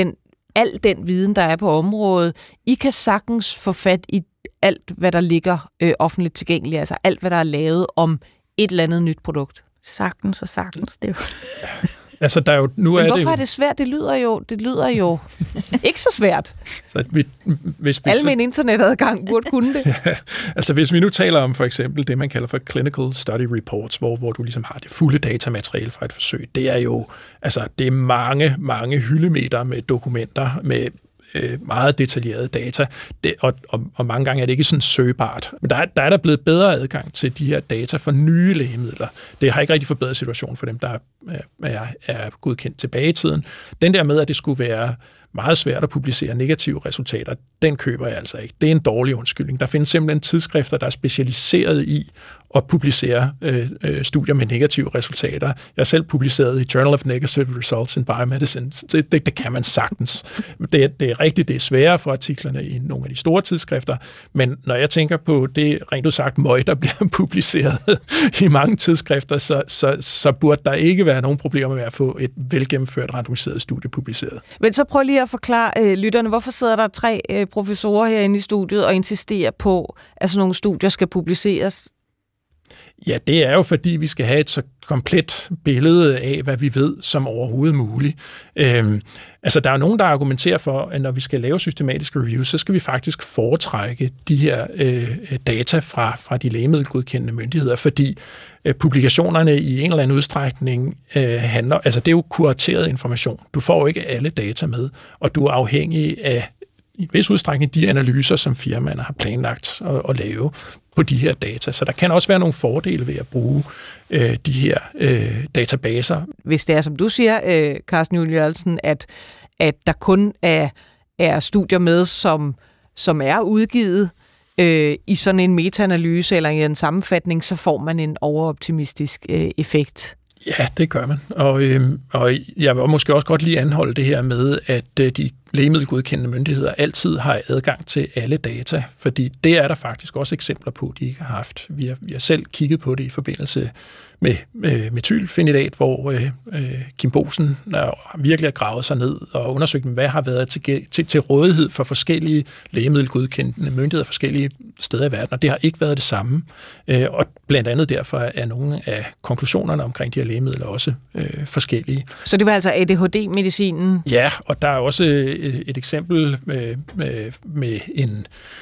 al den viden, der er på området, I kan sagtens få fat i alt, hvad der ligger offentligt tilgængeligt, altså alt, hvad der er lavet om et eller andet nyt produkt. Sagtens. Det altså, der er jo, nu men er hvorfor er det svært? Det lyder jo ikke så svært. Så hvis almen internetadgang burde kunne det. Ja, altså, hvis vi nu taler om for eksempel det, man kalder for clinical study reports, hvor du ligesom har det fulde datamateriale fra et forsøg, det er jo, altså, det er mange hyldemeter med dokumenter, med meget detaljerede data, og mange gange er det ikke sådan søgbart. Men der er der blevet bedre adgang til de her data for nye lægemidler. Det har ikke rigtig forbedret situationen for dem, der er godkendt tilbage i tiden. Den der med, at det skulle være meget svært at publicere negative resultater, den køber jeg altså ikke. Det er en dårlig undskyldning. Der findes simpelthen tidsskrifter, der er specialiseret i at publicere studier med negative resultater. Jeg har selv publiceret i Journal of Negative Results in Biomedicine. Det kan man sagtens. Det er rigtigt, det er sværere for artiklerne i nogle af de store tidsskrifter, men når jeg tænker på det rent udsagt møg, der bliver publiceret i mange tidsskrifter, så burde der ikke være nogen problemer med at få et velgennemført randomiseret studie publiceret. Men så prøv lige at forklare lytterne, hvorfor sidder der 3 professorer herinde i studiet og insisterer på, at sådan nogle studier skal publiceres? Ja, det er jo fordi, vi skal have et så komplet billede af, hvad vi ved, som overhovedet muligt. Altså, der er nogen, der argumenterer for, at når vi skal lave systematiske reviews, så skal vi faktisk foretrække de her data fra de lægemiddelgodkendende myndigheder, fordi publikationerne i en eller anden udstrækning handler, altså det er jo kurateret information. Du får jo ikke alle data med, og du er afhængig af i en vis udstrækning de analyser, som firmaerne har planlagt at lave på de her data. Så der kan også være nogle fordele ved at bruge de her databaser. Hvis det er, som du siger, Carsten Juel Jørgensen, at der kun er studier med, som er udgivet i sådan en meta-analyse eller i en sammenfatning, så får man en overoptimistisk effekt. Ja, det gør man. Og jeg vil måske også godt lige anholde det her med, at de lægemiddelgodkendende myndigheder altid har adgang til alle data, fordi det er der faktisk også eksempler på, de ikke har haft. Vi har selv kigget på det i forbindelse med metylfenidat, hvor Kim Boesen virkelig har gravet sig ned og undersøgt, hvad har været til rådighed for forskellige lægemiddelgodkendende myndigheder forskellige steder i verden, og det har ikke været det samme. Og blandt andet derfor er nogle af konklusionerne omkring de her lægemidler også forskellige. Så det var altså ADHD-medicinen? Ja, og der er også et eksempel med en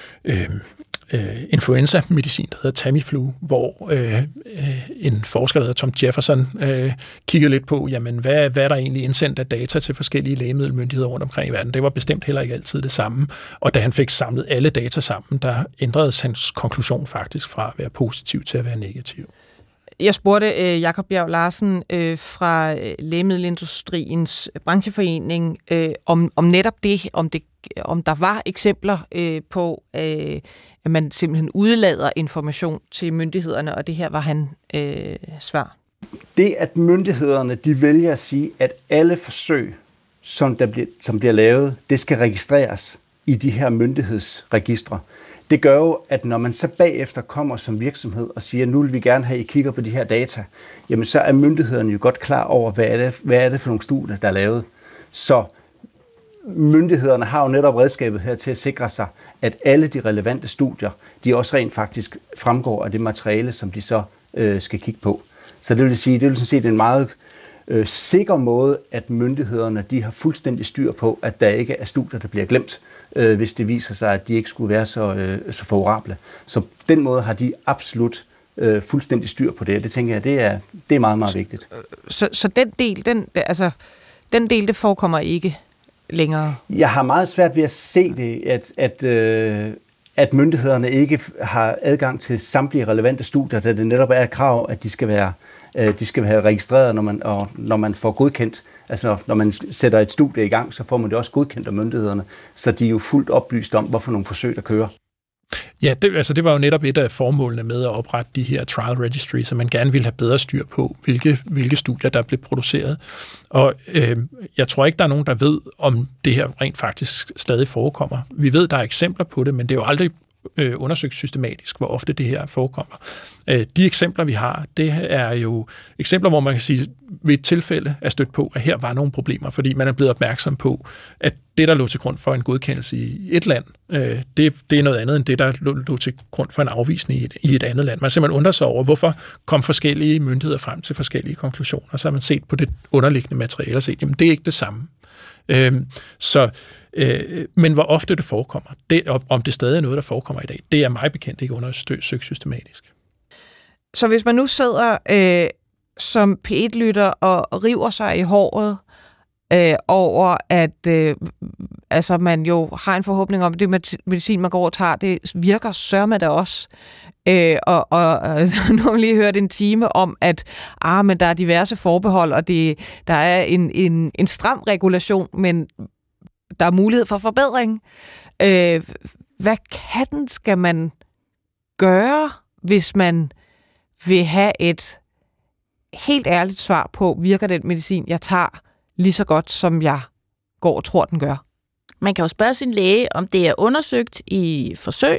influenza-medicin, der hedder Tamiflu, hvor en forsker, der hedder Tom Jefferson, kiggede lidt på, jamen, hvad er der egentlig indsendt af data til forskellige lægemiddelmyndigheder rundt omkring i verden. Det var bestemt heller ikke altid det samme, og da han fik samlet alle data sammen, der ændredes hans konklusion faktisk fra at være positiv til at være negativ. Jeg spurgte Jakob Bjerg Larsen fra Lægemiddelindustriens brancheforening om netop det, om der var eksempler på, at man simpelthen udlader information til myndighederne, og det her var han svar. Det, at myndighederne de vælger at sige, at alle forsøg, som bliver lavet, det skal registreres i de her myndighedsregistre. Det gør jo, at når man så bagefter kommer som virksomhed og siger, nu vil vi gerne have, at I kigger på de her data, jamen så er myndighederne jo godt klar over, hvad er det for nogle studier, der er lavet. Så myndighederne har jo netop redskabet her til at sikre sig, at alle de relevante studier, de også rent faktisk fremgår af det materiale, som de så skal kigge på. Så det vil sige, det er sådan set en meget sikker måde, at myndighederne de har fuldstændig styr på, at der ikke er studier, der bliver glemt, hvis det viser sig, at de ikke skulle være så favorable. Så den måde har de absolut fuldstændig styr på det, og det tænker jeg, det er meget, meget vigtigt. Så den del, det forekommer ikke længere? Jeg har meget svært ved at se det, at myndighederne ikke har adgang til samtlige relevante studier, da det netop er et krav, at de skal være registreret, når man får godkendt. Altså når man sætter et studie i gang, så får man det også godkendt af myndighederne, så de er jo fuldt oplyst om, hvorfor nogle forsøg, der kører. Ja, det var jo netop et af formålene med at oprette de her trial registries, så man gerne ville have bedre styr på, hvilke studier, der blev produceret. Og jeg tror ikke, der er nogen, der ved, om det her rent faktisk stadig forekommer. Vi ved, der er eksempler på det, men det er jo aldrig undersøgt systematisk, hvor ofte det her forekommer. De eksempler, vi har, det er jo eksempler, hvor man kan sige, ved et tilfælde er stødt på, at her var nogle problemer, fordi man er blevet opmærksom på, at det, der lå til grund for en godkendelse i et land, det er noget andet end det, der lå til grund for en afvisning i et andet land. Man simpelthen undrer sig over, hvorfor kom forskellige myndigheder frem til forskellige konklusioner. Så har man set på det underliggende materiale og set, jamen det er ikke det samme. Men hvor ofte det forekommer, om det stadig er noget, der forekommer i dag, det er mig bekendt ikke undersøgt systematisk. Så hvis man nu sidder som P1-lytter og river sig i håret over, at man jo har en forhåbning om, at det medicin, man går og tager, det virker sørme da også. Og nu har vi lige hørt en time om, at men der er diverse forbehold, og der er en stram regulation, men der er mulighed for forbedring. Hvad skal man gøre, hvis man vil have et helt ærligt svar på, virker den medicin, jeg tager, lige så godt, som jeg går og tror, den gør? Man kan jo spørge sin læge, om det er undersøgt i forsøg,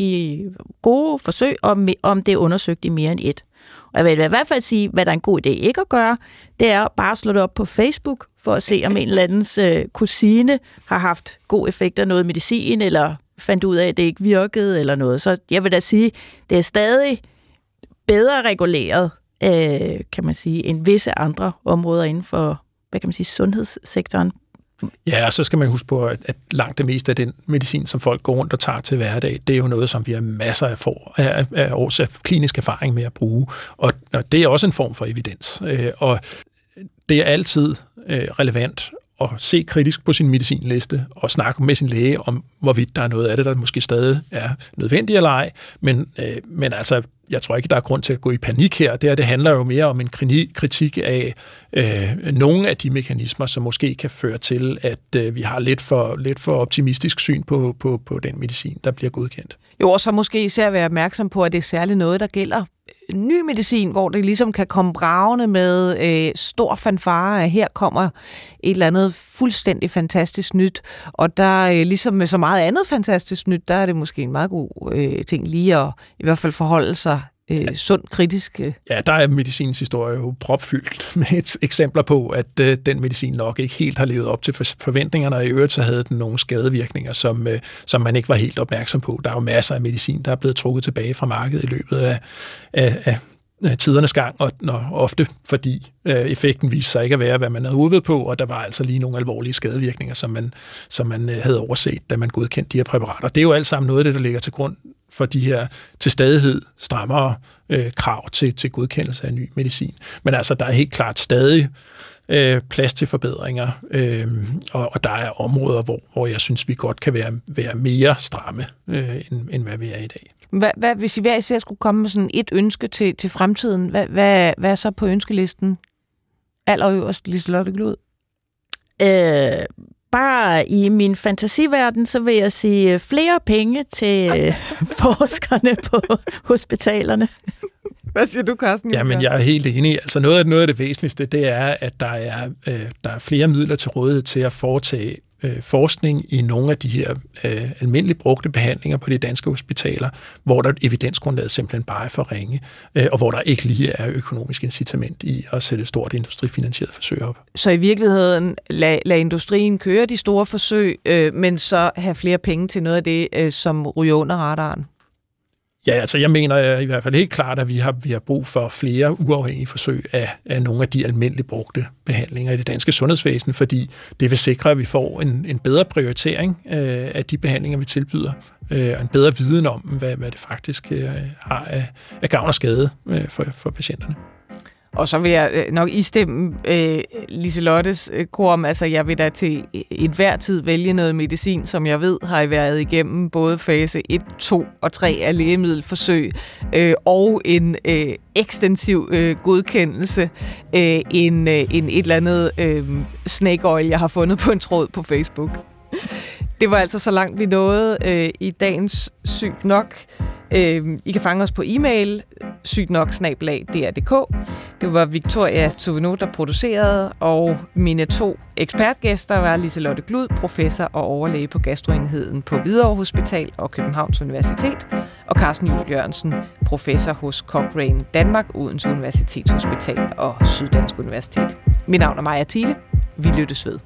i gode forsøg, om det er undersøgt i mere end et. Og jeg vil i hvert fald sige, hvad der er en god idé ikke at gøre, det er bare at slå det op på Facebook, for at se, om en eller andens kusine har haft god effekt af noget medicin, eller fandt ud af, at det ikke virkede, eller noget. Så jeg vil da sige, det er stadig bedre reguleret, kan man sige, end visse andre områder inden for, hvad kan man sige, sundhedssektoren. Ja, og så skal man huske på, at langt det meste af den medicin, som folk går rundt og tager til hverdag, det er jo noget, som vi har masser af års klinisk erfaring med at bruge, og det er også en form for evidens. Og det er altid relevant at se kritisk på sin medicinliste og snakke med sin læge om, hvorvidt der er noget af det, der måske stadig er nødvendigt eller ej. Men altså, jeg tror ikke, der er grund til at gå i panik her. Det handler jo mere om en kritik af nogle af de mekanismer, som måske kan føre til, at vi har lidt for optimistisk syn på den medicin, der bliver godkendt. Jo, og så måske især være opmærksom på, at det er særligt noget, der gælder ny medicin, hvor det ligesom kan komme bragende med stor fanfare, at her kommer et eller andet fuldstændig fantastisk nyt, og der ligesom med så meget andet fantastisk nyt, der er det måske en meget god ting lige at i hvert fald forholde sig sundt kritisk. Ja, der er medicinens historie jo propfyldt med eksempler på, at den medicin nok ikke helt har levet op til forventningerne, og i øvrigt så havde den nogle skadevirkninger, som man ikke var helt opmærksom på. Der er jo masser af medicin, der er blevet trukket tilbage fra markedet i løbet af tidernes gang, og ofte fordi effekten viste sig ikke at være, hvad man havde håbet på, og der var altså lige nogle alvorlige skadevirkninger, som man havde overset, da man godkendte de her præparater. Det er jo alt sammen noget af det, der ligger til grund for de her til stadighed strammere krav til godkendelse af ny medicin. Men altså, der er helt klart stadig plads til forbedringer, og der er områder, hvor jeg synes, vi godt kan være mere stramme, end hvad vi er i dag. Hvad, hvis I hver især skulle komme med sådan et ønske til fremtiden, hvad er så på ønskelisten? Allerøverst, Liselotte Glud? Bare i min fantasiverden, så vil jeg sige flere penge til forskerne på hospitalerne. Hvad siger du, Carsten? Jamen, jeg er helt enig. Altså noget af det væsentligste, det er, at der er flere midler til rådighed til at foretage forskning i nogle af de her almindeligt brugte behandlinger på de danske hospitaler, hvor der evidensgrundlaget simpelthen bare er for ringe, og hvor der ikke lige er økonomisk incitament i at sætte et stort industrifinansieret forsøg op. Så i virkeligheden lad industrien køre de store forsøg, men så have flere penge til noget af det, som ryger under radaren? Ja, altså jeg mener i hvert fald helt klart, at vi har brug for flere uafhængige forsøg af nogle af de almindeligt brugte behandlinger i det danske sundhedsvæsen, fordi det vil sikre, at vi får en bedre prioritering af de behandlinger, vi tilbyder, og en bedre viden om, hvad det faktisk har af gavn og skade for patienterne. Og så vil jeg nok istemme Liselottes korum. Altså, jeg vil da til enhver tid vælge noget medicin, som jeg ved har været igennem både fase 1, 2 og 3 af lægemiddelforsøg, og en ekstensiv godkendelse, en et eller andet snake oil, jeg har fundet på en tråd på Facebook. Det var altså så langt vi nåede i dagens Sygt Nok. I kan fange os på e-mail, sygtnok@dr.dk. Det var Victoria Tuveno, der producerede, og mine 2 ekspertgæster var Liselotte Glud, professor og overlæge på gastroenheden på Hvidovre Hospital og Københavns Universitet, og Carsten Juhl Jørgensen, professor hos Cochrane Danmark, Odense Universitetshospital og Syddansk Universitet. Mit navn er Maja Thiele. Vi lyttes ved.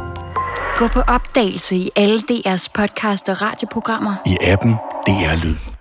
Gå på opdagelse i alle DR's podcast og radioprogrammer. I appen DR Lyd.